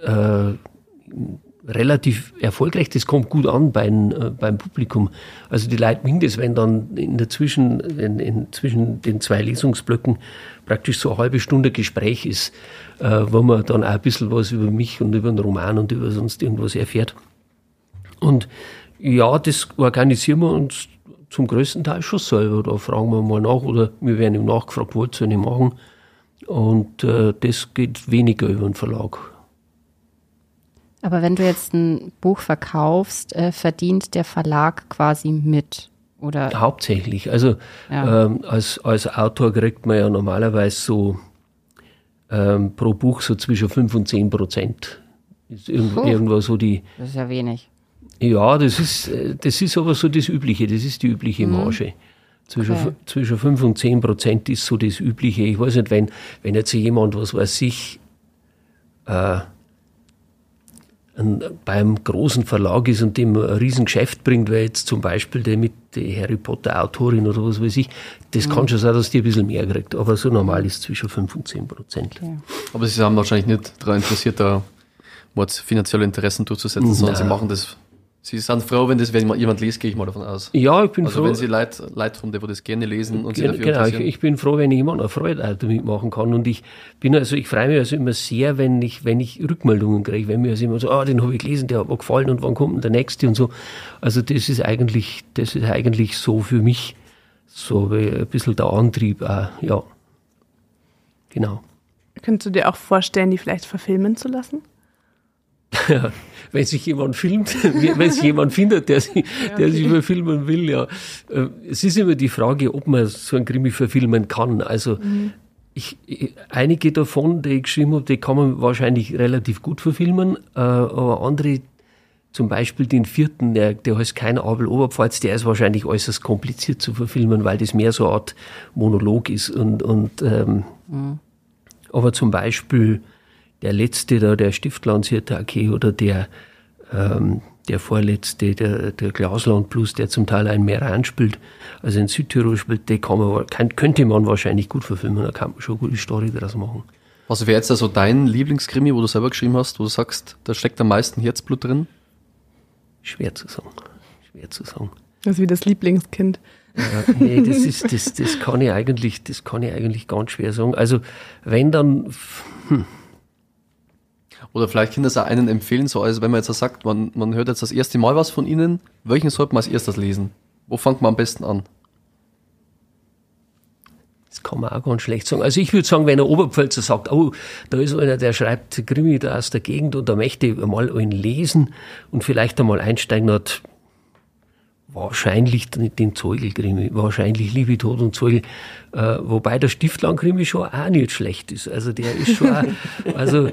relativ erfolgreich. Das kommt gut an beim Publikum. Also die Leute mögen das, wenn dann zwischen den zwei Lesungsblöcken praktisch so eine halbe Stunde Gespräch ist, wo man dann auch ein bisschen was über mich und über den Roman und über sonst irgendwas erfährt. Und ja, das organisieren wir uns zum größten Teil schon selber. Da fragen wir mal nach oder wir werden ihm nachgefragt, wollt ihr nicht machen? Und das geht weniger über den Verlag. Aber wenn du jetzt ein Buch verkaufst, verdient der Verlag quasi mit, oder? Hauptsächlich. Also ja. Als Autor kriegt man ja normalerweise so pro Buch so zwischen 5 und 10%. Ist irgendwo so die. Das ist ja wenig. Ja, das ist aber so das Übliche, das ist die übliche Marge. Zwischen 5 und 10% ist so das Übliche. Ich weiß nicht, wenn jetzt jemand, was weiß ich, beim großen Verlag ist und dem ein Riesengeschäft bringt, weil jetzt zum Beispiel der mit der Harry Potter Autorin oder was weiß ich, das kann schon sein, dass die ein bisschen mehr kriegt. Aber so normal ist zwischen 5 und 10%. Okay. Aber Sie haben wahrscheinlich nicht daran interessiert, da finanzielle Interessen durchzusetzen, sondern Sie machen das. Sie sind froh, wenn jemand liest, gehe ich mal davon aus. Ja, ich bin froh. Also wenn Sie Leute haben, die das gerne lesen und sich dafür interessieren. Genau, ich bin froh, wenn jemand eine Freude damit machen kann. Und ich freue mich also immer sehr, wenn ich Rückmeldungen kriege, wenn mir also jemand so, den habe ich gelesen, der hat mir gefallen und wann kommt denn der nächste und so. Also das ist eigentlich so für mich so ein bisschen der Antrieb auch, ja. Genau. Könntest du dir auch vorstellen, die vielleicht verfilmen zu lassen? Ja, wenn sich jemand filmt, wenn sich jemand findet, der sich verfilmen will, ja. Es ist immer die Frage, ob man so ein Krimi verfilmen kann. Also einige davon, die ich geschrieben habe, die kann man wahrscheinlich relativ gut verfilmen, aber andere, zum Beispiel den 4., der heißt Kein Abel Oberpfalz, der ist wahrscheinlich äußerst kompliziert zu verfilmen, weil das mehr so eine Art Monolog ist. Aber zum Beispiel der letzte da, der Stiftlandshirte oder der vorletzte, der Glasland Plus, der zum Teil ein Meran spielt, also in Südtirol spielt, könnte man wahrscheinlich gut verfilmen, da kann man schon eine gute Story daraus machen. Was wäre jetzt also dein Lieblingskrimi, wo du selber geschrieben hast, wo du sagst, da steckt am meisten Herzblut drin? Schwer zu sagen. Das ist wie das Lieblingskind. Ja, nee, das kann ich eigentlich ganz schwer sagen. Also wenn dann... Oder vielleicht können das auch einen empfehlen, so, also wenn man jetzt sagt, man hört jetzt das erste Mal was von Ihnen, welchen sollte man als erstes lesen? Wo fängt man am besten an? Das kann man auch ganz schlecht sagen. Also ich würde sagen, wenn ein Oberpfälzer sagt, oh, da ist einer, der schreibt Krimi da aus der Gegend und da möchte ich mal einen lesen und vielleicht einmal einsteigen, hat wahrscheinlich den Zeugel-Krimi, wahrscheinlich Liebe, Tod und Zeugel, wobei der Stiftland-Krimi schon auch nicht schlecht ist. Also der ist schon auch, also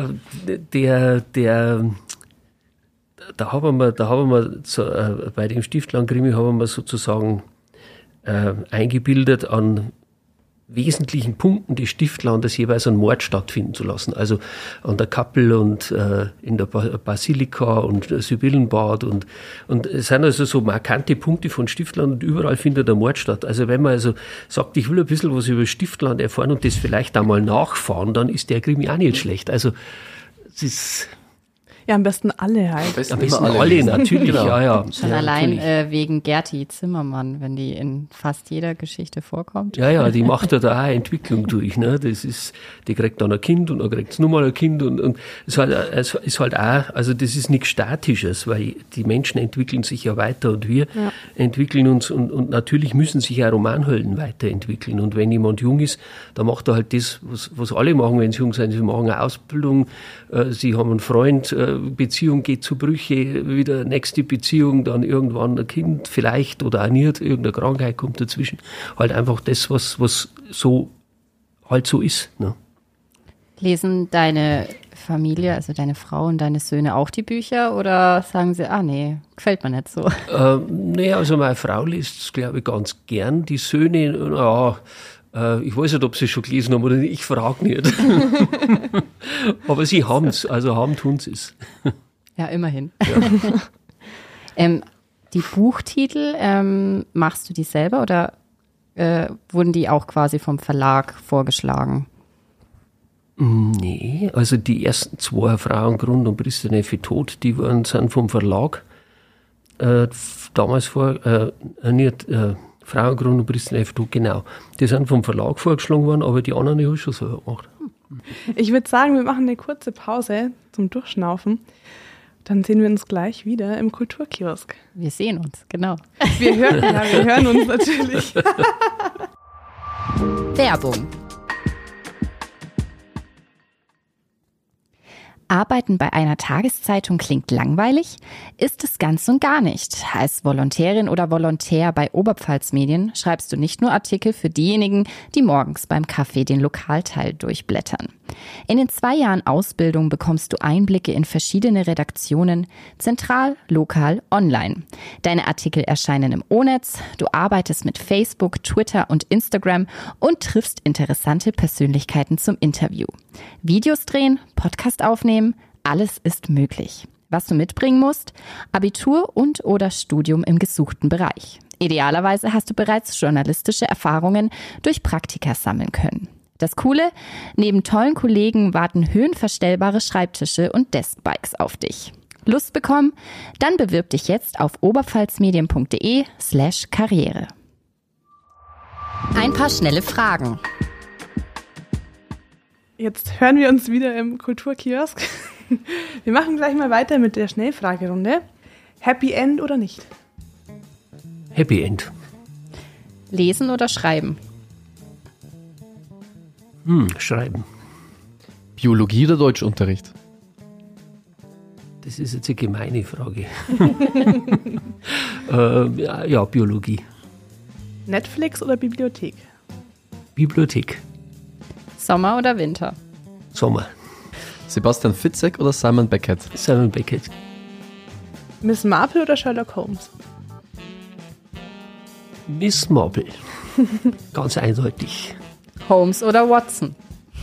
da haben wir so, bei dem Stiftland-Krimi haben wir sozusagen eingebildet an wesentlichen Punkten des Stiftlandes jeweils einen Mord stattfinden zu lassen. Also an der Kappel und in der Basilika und Sibyllenbad und es sind also so markante Punkte von Stiftland und überall findet der Mord statt. Also wenn man also sagt, ich will ein bisschen was über Stiftland erfahren und das vielleicht einmal nachfahren, dann ist der Krimi auch nicht schlecht. Also es ist... Ja, am besten alle halt. Am besten alle natürlich, Genau. ja. Schon ja, allein natürlich. wegen Gerti Zimmermann, wenn die in fast jeder Geschichte vorkommt. Ja, die macht ja da auch eine Entwicklung durch. Ne? Die kriegt dann ein Kind und dann kriegt sie nochmal ein Kind und es ist halt auch, also das ist nichts Statisches, weil die Menschen entwickeln sich ja weiter und wir entwickeln uns und natürlich müssen sich auch Romanhelden weiterentwickeln. Und wenn jemand jung ist, dann macht er halt das, was alle machen, wenn sie jung sind. Sie machen eine Ausbildung, sie haben einen Freund, Beziehung geht zu Brüche, wieder nächste Beziehung, dann irgendwann ein Kind vielleicht oder auch nicht, irgendeine Krankheit kommt dazwischen. Halt einfach das, was so halt so ist. Ne? Lesen deine Familie, also deine Frau und deine Söhne auch die Bücher oder sagen sie, nee, gefällt mir nicht so? Nee, also meine Frau liest es, glaube ich, ganz gern. Die Söhne, ich weiß nicht, ob sie es schon gelesen haben oder nicht, ich frage nicht. Aber sie haben es, also tun sie es. Ja, immerhin. Ja. Die Buchtitel, machst du die selber oder wurden die auch quasi vom Verlag vorgeschlagen? Nee, also die ersten 2, Frauengrund und Priester Neffe tot, die sind vom Verlag damals Frauengrund und Priester Neffe tot, genau. Die sind vom Verlag vorgeschlagen worden, aber die anderen habe ich schon selber gemacht. Ich würde sagen, wir machen eine kurze Pause zum Durchschnaufen. Dann sehen wir uns gleich wieder im Kulturkiosk. Wir sehen uns, genau. Wir hören uns natürlich. Werbung. Arbeiten bei einer Tageszeitung klingt langweilig? Ist es ganz und gar nicht. Als Volontärin oder Volontär bei Oberpfalz Medien schreibst du nicht nur Artikel für diejenigen, die morgens beim Kaffee den Lokalteil durchblättern. In den 2 Jahren Ausbildung bekommst du Einblicke in verschiedene Redaktionen, zentral, lokal, online. Deine Artikel erscheinen im O-Netz, du arbeitest mit Facebook, Twitter und Instagram und triffst interessante Persönlichkeiten zum Interview. Videos drehen, Podcast aufnehmen, alles ist möglich. Was du mitbringen musst? Abitur und/oder Studium im gesuchten Bereich. Idealerweise hast du bereits journalistische Erfahrungen durch Praktika sammeln können. Das Coole, neben tollen Kollegen warten höhenverstellbare Schreibtische und Deskbikes auf dich. Lust bekommen? Dann bewirb dich jetzt auf oberpfalzmedien.de/Karriere. Ein paar schnelle Fragen. Jetzt hören wir uns wieder im Kulturkiosk. Wir machen gleich mal weiter mit der Schnellfragerunde. Happy End oder nicht? Happy End. Lesen oder schreiben? Schreiben. Biologie oder Deutschunterricht? Das ist jetzt eine gemeine Frage. Ja, Biologie. Netflix oder Bibliothek? Bibliothek. Sommer oder Winter? Sommer. Sebastian Fitzek oder Simon Beckett? Simon Beckett. Miss Marple oder Sherlock Holmes? Miss Marple. Ganz eindeutig. Holmes oder Watson?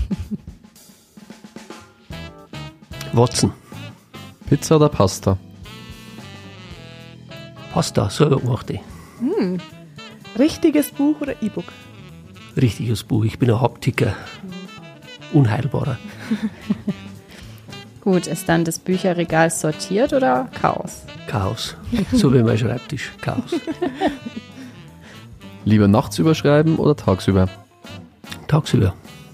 Watson. Pizza oder Pasta? Pasta, selber gemachte. Richtiges Buch oder E-Book? Richtiges Buch. Ich bin ein Haptiker. Unheilbarer. Gut, ist dann das Bücherregal sortiert oder Chaos? Chaos. So wie mein Schreibtisch. Chaos. Lieber nachts überschreiben oder tagsüber? Tagsüber.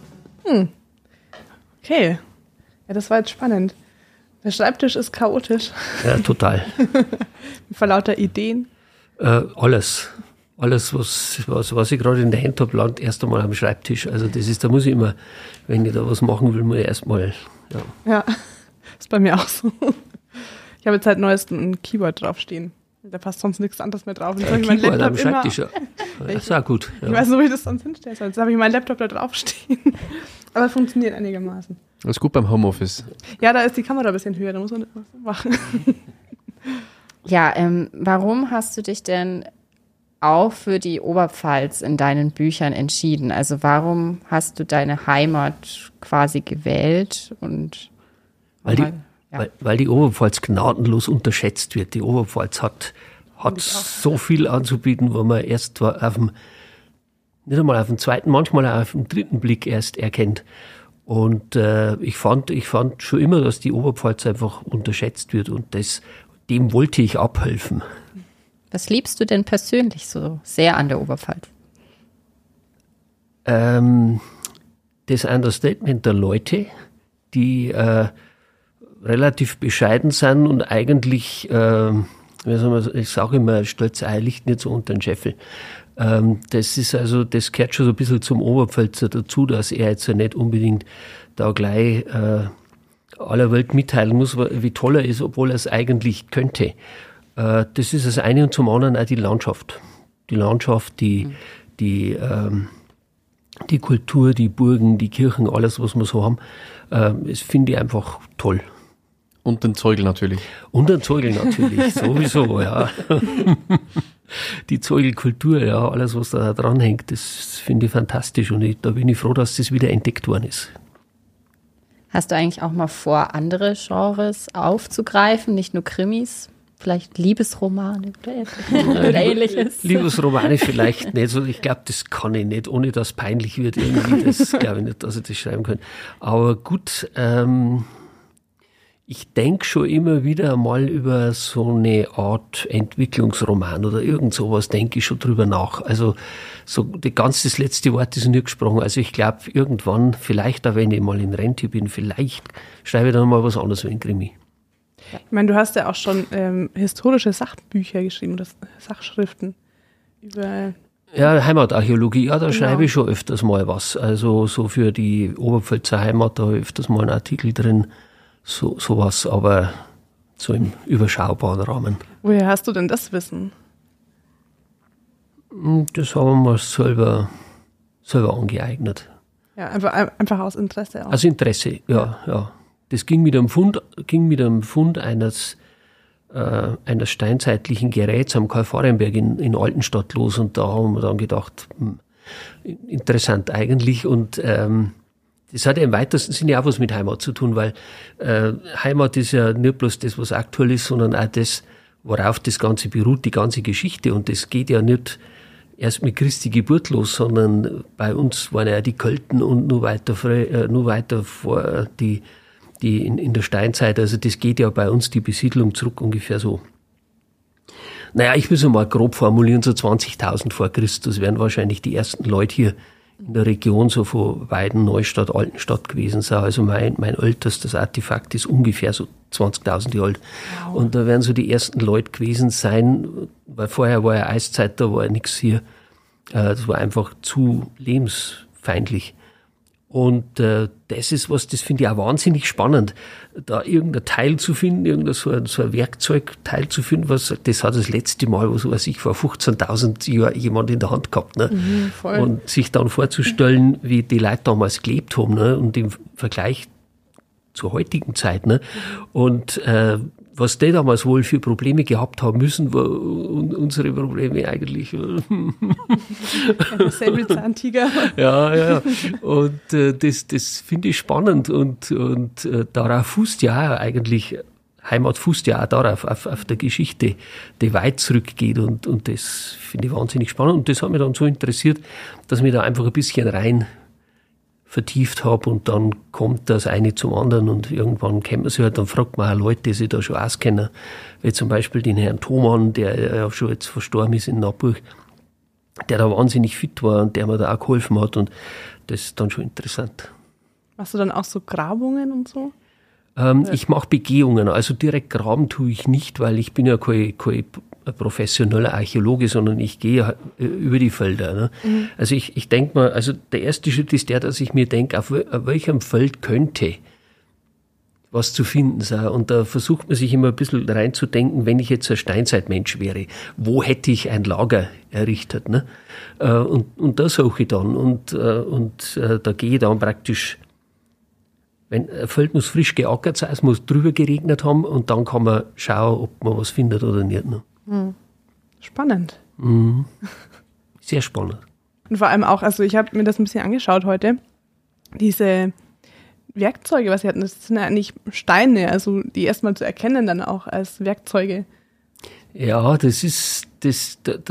Okay. Ja, das war jetzt spannend. Der Schreibtisch ist chaotisch. Ja, total. Vor lauter Ideen. Alles. Alles, was ich gerade in der Hand habe, landet erst einmal am Schreibtisch. Also da muss ich immer, wenn ich da was machen will, muss ich erstmal, Ja, ist bei mir auch so. Ich habe jetzt seit neuestem ein Keyboard draufstehen. Da passt sonst nichts anderes mehr drauf. Jetzt habe ich meinen Keyboard am Laptop immer, Schreibtisch. Das ist auch gut. Ja. ich weiß nicht, wo ich das sonst hinstellen soll. Jetzt habe ich meinen Laptop da draufstehen. Aber funktioniert einigermaßen. Das ist gut beim Homeoffice. Ja, da ist die Kamera ein bisschen höher, da muss man nicht was machen. Ja, warum hast du dich denn auch für die Oberpfalz in deinen Büchern entschieden? Also warum hast du deine Heimat quasi gewählt? Und Weil die Oberpfalz gnadenlos unterschätzt wird. Die Oberpfalz hat so viel anzubieten, wo man erst nicht einmal auf dem zweiten, manchmal auch auf dem dritten Blick erst erkennt. Und ich fand schon immer, dass die Oberpfalz einfach unterschätzt wird und dem wollte ich abhelfen. Was liebst du denn persönlich so sehr an der Oberpfalz? Das Understatement der Leute, die relativ bescheiden sind und eigentlich, ich sage immer, stolze Eier liegt nicht so unter den Scheffel. Das gehört schon so ein bisschen zum Oberpfälzer dazu, dass er jetzt ja nicht unbedingt da gleich aller Welt mitteilen muss, wie toll er ist, obwohl er es eigentlich könnte. Das ist das eine und zum anderen auch die Landschaft. Die Landschaft, die Kultur, die Burgen, die Kirchen, alles, was wir so haben, das finde ich einfach toll. Und den Zeugel natürlich. Und den Zeugel natürlich, sowieso, ja. Die Zeugelkultur, ja, alles, was da dran hängt, das finde ich fantastisch und da bin ich froh, dass das wieder entdeckt worden ist. Hast du eigentlich auch mal vor, andere Genres aufzugreifen, nicht nur Krimis? Vielleicht Liebesromane oder ähnliches? Liebesromane vielleicht nicht. So, ich glaube, das kann ich nicht, ohne dass es peinlich wird. Irgendwie, das glaube ich nicht, dass ich das schreiben kann. Aber gut, ich denke schon immer wieder mal über so eine Art Entwicklungsroman oder irgend sowas, denke ich schon drüber nach. Also so das letzte Wort ist nie gesprochen. Also ich glaube, irgendwann, vielleicht auch wenn ich mal in Rente bin, vielleicht schreibe ich dann mal was anderes wie ein Krimi. Ich meine, du hast ja auch schon historische Sachbücher geschrieben oder Sachschriften über... Ja, Heimatarchäologie, ja, da Genau. schreibe ich schon öfters mal was. Also so für die Oberpfälzer Heimat, da habe ich öfters mal einen Artikel drin, sowas, aber so im überschaubaren Rahmen. Woher hast du denn das Wissen? Das haben wir mal selber angeeignet. Ja, einfach aus Interesse auch. Also Interesse, ja. Das ging mit einem Fund eines steinzeitlichen Geräts am Karl-Varenberg in Altenstadt los und da haben wir dann gedacht, interessant eigentlich und das hat ja im weitesten Sinne auch was mit Heimat zu tun, weil Heimat ist ja nicht bloß das, was aktuell ist, sondern auch das, worauf das Ganze beruht, die ganze Geschichte. Und das geht ja nicht erst mit Christi Geburt los, sondern bei uns waren ja die Kelten und nur weiter vor die in der Steinzeit. Also das geht ja bei uns die Besiedlung zurück ungefähr so. Naja, ich will es mal grob formulieren, so 20.000 vor Christus werden wahrscheinlich die ersten Leute hier in der Region so von Weiden, Neustadt, Altenstadt gewesen sein. Also mein ältestes Artefakt ist ungefähr so 20.000 Jahre alt. Wow. Und da werden so die ersten Leute gewesen sein, weil vorher war ja Eiszeit, da war ja nichts hier. Das war einfach zu lebensfeindlich. Und das ist was, das finde ich auch wahnsinnig spannend, da irgendein Teil zu finden, irgendein so ein Werkzeugteil zu finden, das hat das letzte Mal, was weiß ich, vor 15.000 Jahren jemand in der Hand gehabt. Ne? Voll. Und sich dann vorzustellen, wie die Leute damals gelebt haben, ne? Und im Vergleich zur heutigen Zeit. Ne? Und was die damals wohl für Probleme gehabt haben müssen, war unsere Probleme eigentlich. Säbelzahntiger. Ja. Und das finde ich spannend und darauf fußt ja eigentlich, Heimat fußt ja auch darauf, auf der Geschichte, die weit zurückgeht und das finde ich wahnsinnig spannend und das hat mich dann so interessiert, dass mich da einfach ein bisschen rein vertieft habe und dann kommt das eine zum anderen und irgendwann kennt man sich halt, dann fragt man auch Leute, die sich da schon auskennen, wie zum Beispiel den Herrn Thomann, der ja schon jetzt verstorben ist in Naburg, der da wahnsinnig fit war und der mir da auch geholfen hat und das ist dann schon interessant. Machst du dann auch so Grabungen und so? Ich mache Begehungen, also direkt graben tue ich nicht, weil ich bin ja kein professioneller Archäologe, sondern ich gehe über die Felder. Ne? Mhm. Also ich denke mal, also der erste Schritt ist der, dass ich mir denke, auf welchem Feld könnte was zu finden sein. Und da versucht man sich immer ein bisschen reinzudenken, wenn ich jetzt ein Steinzeitmensch wäre, wo hätte ich ein Lager errichtet? Ne? Und da suche ich dann und da gehe ich dann praktisch, wenn ein Feld muss frisch geackert sein, es muss drüber geregnet haben und dann kann man schauen, ob man was findet oder nicht. Ne? Spannend. Mhm. Sehr spannend. Und vor allem auch, also ich habe mir das ein bisschen angeschaut heute, diese Werkzeuge, was sie hatten, das sind ja eigentlich Steine, also die erstmal zu erkennen dann auch als Werkzeuge. Ja, da muss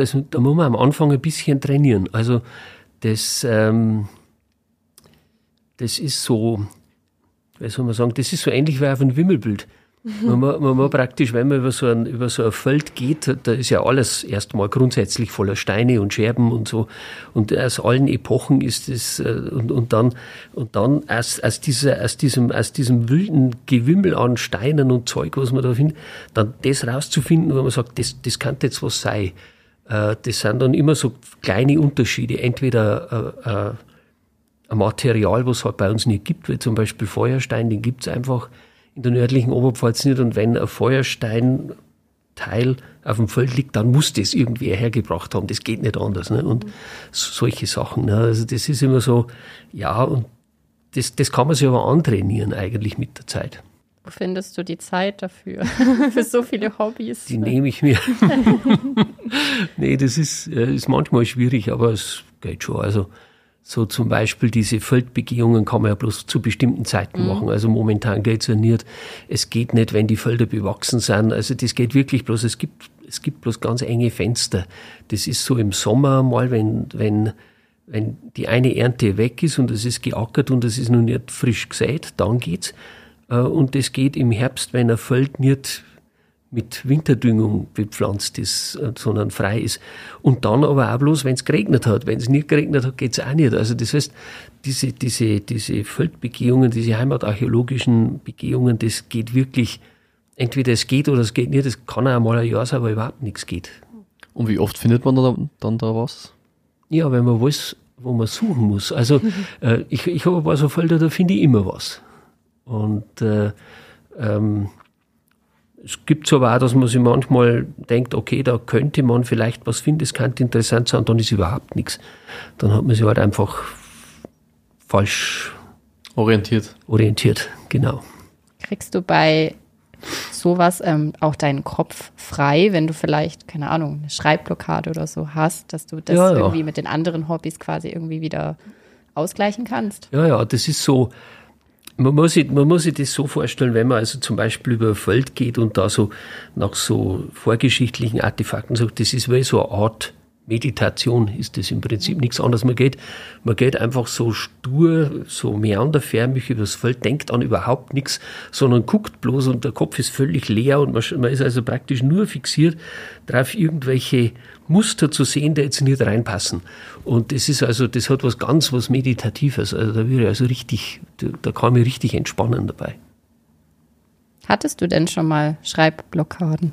man am Anfang ein bisschen trainieren. Also das das ist so, wie soll man sagen, das ist so ähnlich wie auf einem Wimmelbild. Man praktisch, wenn man über so ein Feld geht, da ist ja alles erstmal grundsätzlich voller Steine und Scherben und so. Und aus allen Epochen ist es, und dann aus diesem wilden Gewimmel an Steinen und Zeug, was man da findet, dann das rauszufinden, wo man sagt, das kann jetzt was sein. Das sind dann immer so kleine Unterschiede. Entweder ein Material, was es halt bei uns nicht gibt, wie zum Beispiel Feuerstein, den gibt es einfach in der nördlichen Oberpfalz nicht. Und wenn ein Feuersteinteil auf dem Feld liegt, dann muss das irgendwie hergebracht haben. Das geht nicht anders. Ne? Und solche Sachen. Ne? Also das ist immer so, ja, und das kann man sich aber antrainieren eigentlich mit der Zeit. Wo findest du die Zeit dafür? Für so viele Hobbys? Die nehme ich mir. Nee, das ist manchmal schwierig, aber es geht schon. Also so zum Beispiel diese Feldbegehungen kann man ja bloß zu bestimmten Zeiten machen. Also momentan geht's ja nicht. Es geht nicht, wenn die Felder bewachsen sind. Also das geht wirklich bloß, es gibt bloß ganz enge Fenster. Das ist so im Sommer mal, wenn die eine Ernte weg ist und es ist geackert und es ist noch nicht frisch gesät, dann geht's. Und es geht im Herbst, wenn ein Feld nicht mit Winterdüngung bepflanzt ist, sondern frei ist. Und dann aber auch bloß, wenn es geregnet hat. Wenn es nicht geregnet hat, geht's auch nicht. Also das heißt, diese Feldbegehungen, diese heimatarchäologischen Begehungen, das geht wirklich, entweder es geht oder es geht nicht. Es kann auch mal ein Jahr sein, aber überhaupt nichts geht. Und wie oft findet man dann da was? Ja, wenn man weiß, wo man suchen muss. Also ich habe ein paar so Felder, da finde ich immer was. Und es gibt so aber auch, dass man sich manchmal denkt, okay, da könnte man vielleicht was finden, das könnte interessant sein, und dann ist überhaupt nichts. Dann hat man sich halt einfach falsch orientiert, genau. Kriegst du bei sowas auch deinen Kopf frei, wenn du vielleicht, keine Ahnung, eine Schreibblockade oder so hast, dass du das irgendwie mit den anderen Hobbys quasi irgendwie wieder ausgleichen kannst? Ja, das ist so. Man muss sich das so vorstellen, wenn man also zum Beispiel über ein Feld geht und da so nach so vorgeschichtlichen Artefakten sagt, das ist wie so eine Art Meditation, ist das im Prinzip nichts anderes. Man geht einfach so stur, so meanderförmig übers Feld, denkt an überhaupt nichts, sondern guckt bloß und der Kopf ist völlig leer und man ist also praktisch nur fixiert darauf, irgendwelche Muster zu sehen, die jetzt nicht reinpassen. Und das ist also, das hat was Meditatives. Also da würde ich also da kann ich mich richtig entspannen dabei. Hattest du denn schon mal Schreibblockaden?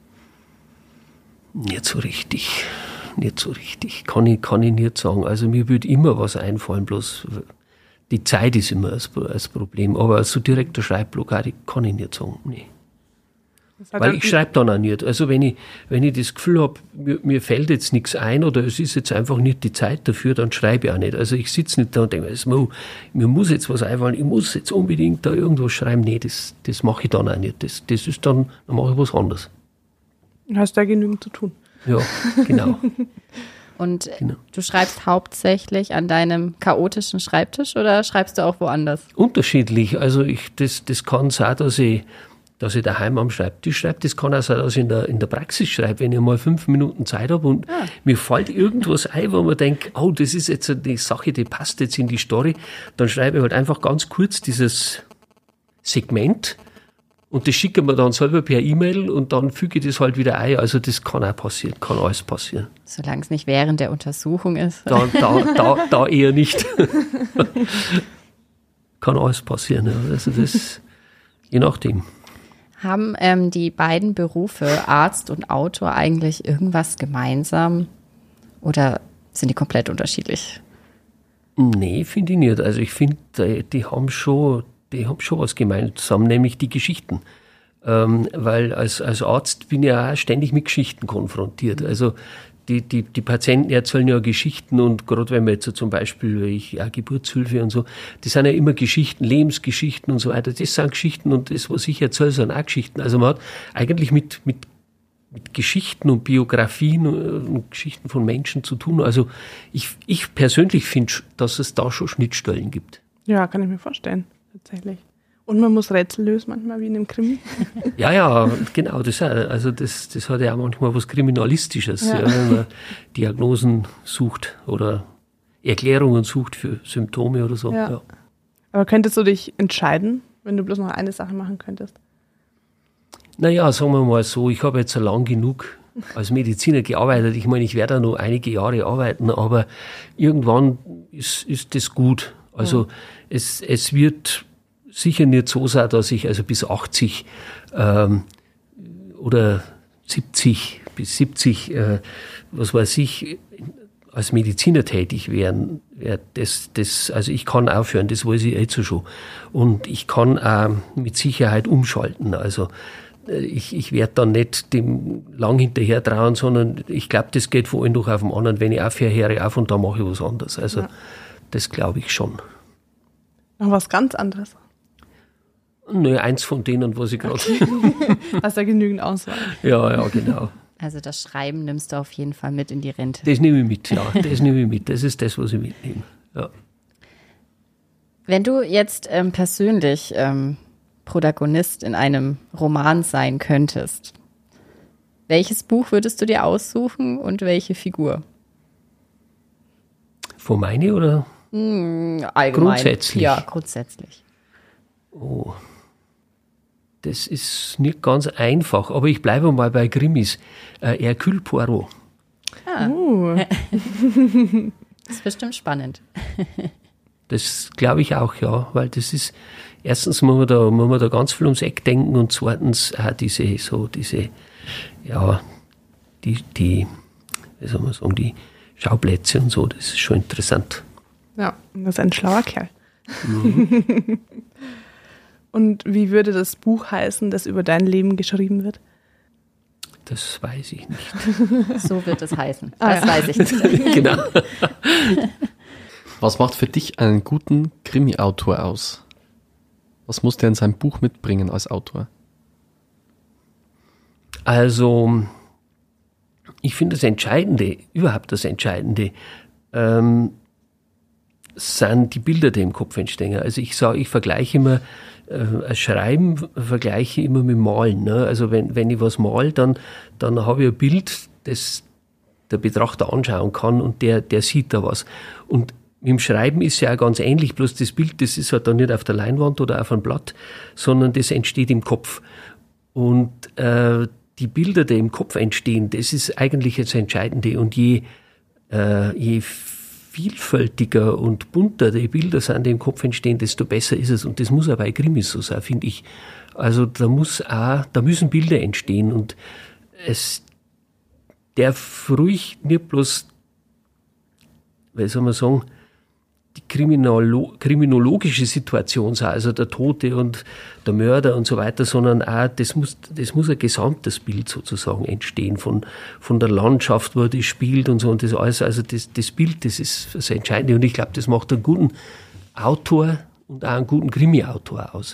Nicht so richtig. Kann ich nicht sagen. Also mir würde immer was einfallen, bloß die Zeit ist immer das Problem. Aber so direkte Schreibblockade kann ich nicht sagen, nee. Weil ich schreibe dann auch nicht. Also wenn ich das Gefühl habe, mir fällt jetzt nichts ein oder es ist jetzt einfach nicht die Zeit dafür, dann schreibe ich auch nicht. Also ich sitze nicht da und denke, mir muss jetzt was einfallen, ich muss jetzt unbedingt da irgendwas schreiben. Nee, das mache ich dann auch nicht. Das ist dann mache ich was anderes. Hast da genügend zu tun. Ja, genau. Und du schreibst hauptsächlich an deinem chaotischen Schreibtisch oder schreibst du auch woanders? Unterschiedlich. Also das kann sein, dass ich daheim am Schreibtisch schreibe. Das kann auch sein, dass ich in der Praxis schreibe, wenn ich mal 5 Minuten Zeit habe und mir fällt irgendwas ein, wo man denkt, oh, das ist jetzt eine Sache, die passt jetzt in die Story. Dann schreibe ich halt einfach ganz kurz dieses Segment und das schicke mir dann selber per E-Mail und dann füge ich das halt wieder ein. Also das kann auch passieren, kann alles passieren. Solange es nicht während der Untersuchung ist. Da eher nicht. Kann alles passieren. Ja. Also das, je nachdem. Haben die beiden Berufe, Arzt und Autor, eigentlich irgendwas gemeinsam oder sind die komplett unterschiedlich? Nee, finde ich nicht. Also ich finde, die haben schon was gemeinsam, nämlich die Geschichten. Weil als Arzt bin ich ja auch ständig mit Geschichten konfrontiert. Also die Patienten erzählen ja Geschichten und gerade wenn man jetzt so zum Beispiel Geburtshilfe und so, das sind ja immer Geschichten, Lebensgeschichten und so weiter. Das sind Geschichten und das, was ich erzähle, sind auch Geschichten. Also man hat eigentlich mit Geschichten und Biografien und Geschichten von Menschen zu tun. Also ich persönlich finde, dass es da schon Schnittstellen gibt. Ja, kann ich mir vorstellen, tatsächlich. Und man muss Rätsel lösen, manchmal wie in einem Krimi. Ja, genau. Das hat ja auch manchmal was Kriminalistisches, wenn man Diagnosen sucht oder Erklärungen sucht für Symptome oder so. Ja. Aber könntest du dich entscheiden, wenn du bloß noch eine Sache machen könntest? Naja, sagen wir mal so, ich habe jetzt so lang genug als Mediziner gearbeitet. Ich meine, ich werde da noch einige Jahre arbeiten, aber irgendwann ist das gut. Also es wird sicher nicht so sein, dass ich also bis 80 oder 70 bis 70, was weiß ich, als Mediziner tätig werden. Also ich kann aufhören, das weiß ich jetzt schon. Und ich kann auch mit Sicherheit umschalten. Also ich werde dann nicht dem lang hinterher trauen, sondern ich glaube, das geht von einem durch auf den anderen. Wenn ich aufhöre, höre ich auf und dann mache ich was anderes. Also das glaube ich schon. Noch was ganz anderes? Nö, eins von denen, was ich gerade... Hast ja genügend Auswahl. Ja, genau. Also das Schreiben nimmst du auf jeden Fall mit in die Rente. Das nehme ich mit, ja. Das nehme ich mit. Das ist das, was ich mitnehme. Ja. Wenn du jetzt persönlich Protagonist in einem Roman sein könntest, welches Buch würdest du dir aussuchen und welche Figur? Von meine oder? Allgemein. Grundsätzlich? Ja, grundsätzlich. Oh, das ist nicht ganz einfach, aber ich bleibe mal bei Krimis. Hercule Poirot. Das ist bestimmt spannend. Das glaube ich auch, ja, weil das ist, erstens muss man da ganz viel ums Eck denken und zweitens auch die wie soll man sagen, die Schauplätze und so, das ist schon interessant. Ja, das ist ein schlauer Kerl. Und wie würde das Buch heißen, das über dein Leben geschrieben wird? Das weiß ich nicht. So wird es heißen. Das weiß ich nicht. Genau. Was macht für dich einen guten Krimi-Autor aus? Was muss der in sein Buch mitbringen als Autor? Also, ich finde das Entscheidende, sind die Bilder, die im Kopf entstehen. Also ich vergleiche immer, Schreiben vergleiche immer mit Malen. Ne? Also wenn ich was male, dann habe ich ein Bild, das der Betrachter anschauen kann und der sieht da was. Und mit dem Schreiben ist ja auch ganz ähnlich, bloß das Bild, das ist halt dann nicht auf der Leinwand oder auf einem Blatt, sondern das entsteht im Kopf. Und die Bilder, die im Kopf entstehen, das ist eigentlich das Entscheidende. Und je vielfältiger und bunter die Bilder sind, die im Kopf entstehen, desto besser ist es. Und das muss auch bei Krimis so sein, finde ich. Also da müssen Bilder entstehen und es darf ruhig nicht bloß, wie soll man sagen, die kriminologische Situation sein, also der Tote und der Mörder und so weiter, sondern auch, das muss ein gesamtes Bild sozusagen entstehen von der Landschaft, wo das spielt und so und das alles. Also das Bild, das ist das Entscheidende und ich glaube, das macht einen guten Autor und auch einen guten Krimi-Autor aus.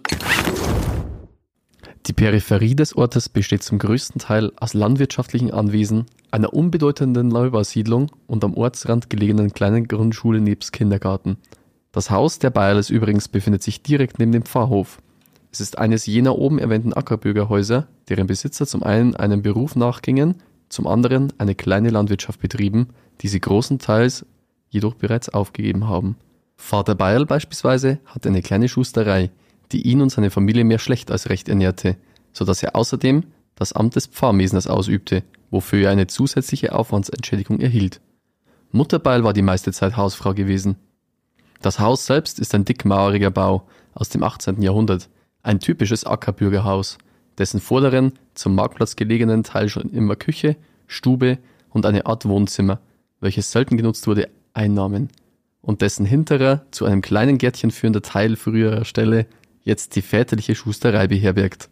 Die Peripherie des Ortes besteht zum größten Teil aus landwirtschaftlichen Anwesen, einer unbedeutenden Neubausiedlung und am Ortsrand gelegenen kleinen Grundschule nebst Kindergarten. Das Haus der Beierles übrigens befindet sich direkt neben dem Pfarrhof. Es ist eines jener oben erwähnten Ackerbürgerhäuser, deren Besitzer zum einen einem Beruf nachgingen, zum anderen eine kleine Landwirtschaft betrieben, die sie großenteils jedoch bereits aufgegeben haben. Vater Beierl beispielsweise hatte eine kleine Schusterei, die ihn und seine Familie mehr schlecht als recht ernährte, so dass er außerdem das Amt des Pfarrmesners ausübte, wofür er eine zusätzliche Aufwandsentschädigung erhielt. Mutter Beierl war die meiste Zeit Hausfrau gewesen. Das Haus selbst ist ein dickmaueriger Bau aus dem 18. Jahrhundert, ein typisches Ackerbürgerhaus, dessen vorderen, zum Marktplatz gelegenen Teil schon immer Küche, Stube und eine Art Wohnzimmer, welches selten genutzt wurde, einnahmen, und dessen hinterer, zu einem kleinen Gärtchen führender Teil früherer Stelle jetzt die väterliche Schusterei beherbergt.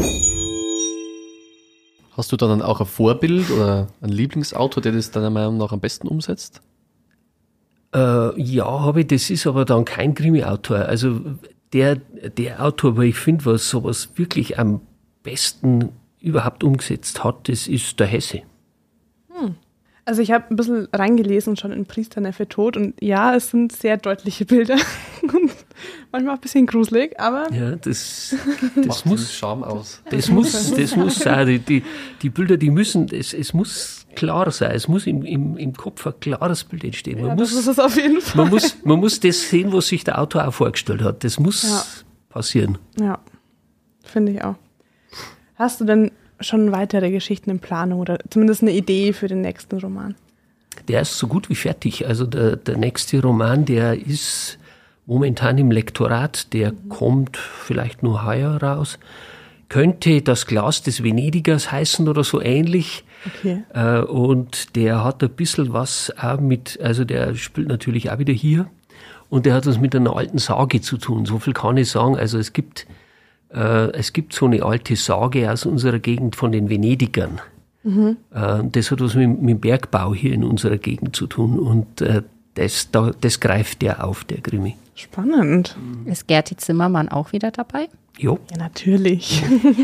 Hast du dann auch ein Vorbild oder einen Lieblingsautor, der das deiner Meinung nach am besten umsetzt? Ja, habe ich, das ist aber dann kein Krimi-Autor. Also der Autor, wo ich finde, was sowas wirklich am besten überhaupt umgesetzt hat, das ist der Hesse. Also ich habe ein bisschen reingelesen schon in Priester Neffe tot und ja, es sind sehr deutliche Bilder. Manchmal auch ein bisschen gruselig, aber Ja, das Macht den muss, Charme aus. das muss sein. Die Bilder, die müssen, es muss klar sein. Es muss im Kopf ein klares Bild entstehen. ja, das ist es auf jeden Fall. Man muss das sehen, was sich der Autor auch vorgestellt hat. Das muss passieren. Ja, finde ich auch. Hast du denn schon weitere Geschichten in Planung oder zumindest eine Idee für den nächsten Roman? Der ist so gut wie fertig. Also der nächste Roman, der ist momentan im Lektorat, der kommt vielleicht nur heuer raus. Könnte Das Glas des Venedigers heißen oder so ähnlich. Okay. Und der hat ein bisschen was auch also der spielt natürlich auch wieder hier. Und der hat was mit einer alten Sage zu tun. So viel kann ich sagen. Also es gibt so eine alte Sage aus unserer Gegend von den Venedigern. Das hat was mit dem Bergbau hier in unserer Gegend zu tun. Und das greift der auf, der Krimi. Spannend. Ist Gerti Zimmermann auch wieder dabei? Jo. Ja, natürlich.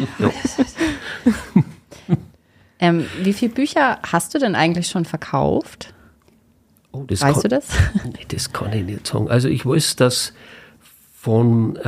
Ja. Wie viele Bücher hast du denn eigentlich schon verkauft? Oh, Weißt du das? Nee, das kann ich nicht sagen. Also ich weiß, dass vom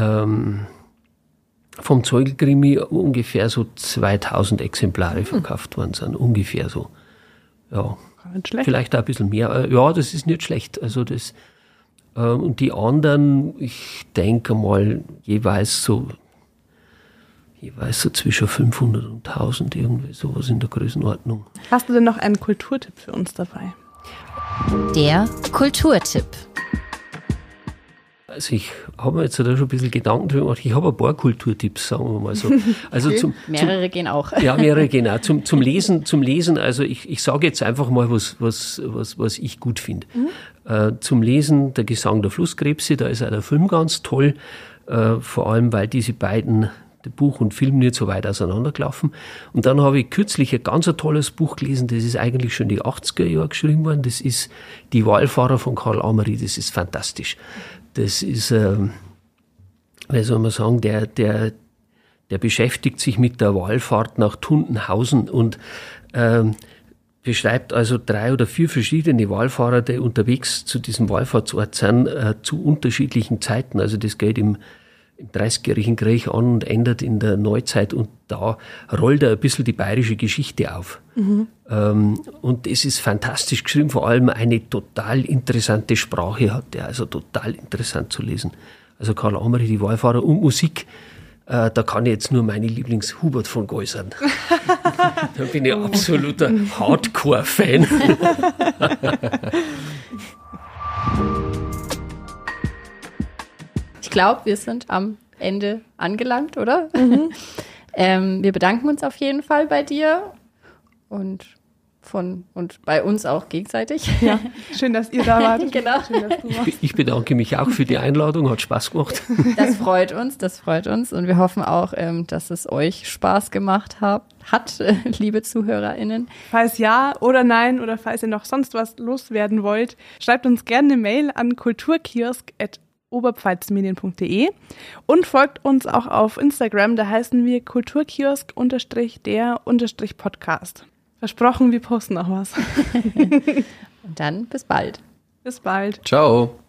Zeugelkrimi ungefähr so 2000 Exemplare verkauft worden sind. Ungefähr so. Ja. Nicht schlecht. Vielleicht auch ein bisschen mehr. Ja, das ist nicht schlecht. Also das, und die anderen, ich denke mal, jeweils so zwischen 500 und 1000, irgendwie sowas in der Größenordnung. Hast du denn noch einen Kulturtipp für uns dabei? Der Kulturtipp. Also ich habe mir jetzt da schon ein bisschen Gedanken drüber gemacht. Ich habe ein paar Kulturtipps, sagen wir mal so. Also Okay. Mehrere gehen auch. Ja, mehrere gehen auch. Zum Lesen, also ich sage jetzt einfach mal, was ich gut finde. Zum Lesen Der Gesang der Flusskrebse, da ist auch der Film ganz toll, vor allem, weil diese beiden, der Buch und Film, nicht so weit auseinandergelaufen. Und dann habe ich kürzlich ein ganz tolles Buch gelesen, das ist eigentlich schon die 80er Jahre geschrieben worden, das ist Die Wallfahrer von Karl Amery, das ist fantastisch. Das ist, wie soll man sagen, der beschäftigt sich mit der Wallfahrt nach Tundenhausen und beschreibt also 3 oder 4 verschiedene Wallfahrer, die unterwegs zu diesem Wallfahrtsort sind, zu unterschiedlichen Zeiten. Also das geht im 30-jährigen Krieg an und ändert in der Neuzeit und da rollt er ein bisschen die bayerische Geschichte auf. Und es ist fantastisch geschrieben, vor allem eine total interessante Sprache hat der, also total interessant zu lesen. Also Karl Amery, die Wallfahrer und Musik, da kann ich jetzt nur meine Lieblings-Hubert von Geusern. Da bin ich absoluter Hardcore-Fan. Ich glaube, wir sind am Ende angelangt, oder? Wir bedanken uns auf jeden Fall bei dir und bei uns auch gegenseitig. Ja, schön, dass ihr da wart. Genau. Schön, dass du warst. Ich bedanke mich auch für die Einladung, hat Spaß gemacht. Das freut uns und wir hoffen auch, dass es euch Spaß gemacht hat, liebe ZuhörerInnen. Falls ja oder nein oder falls ihr noch sonst was loswerden wollt, schreibt uns gerne eine Mail an kulturkiosk@oberpfalzmedien.de und folgt uns auch auf Instagram, da heißen wir kulturkiosk_der_Podcast. Versprochen, wir posten noch was. Und dann bis bald. Bis bald. Ciao.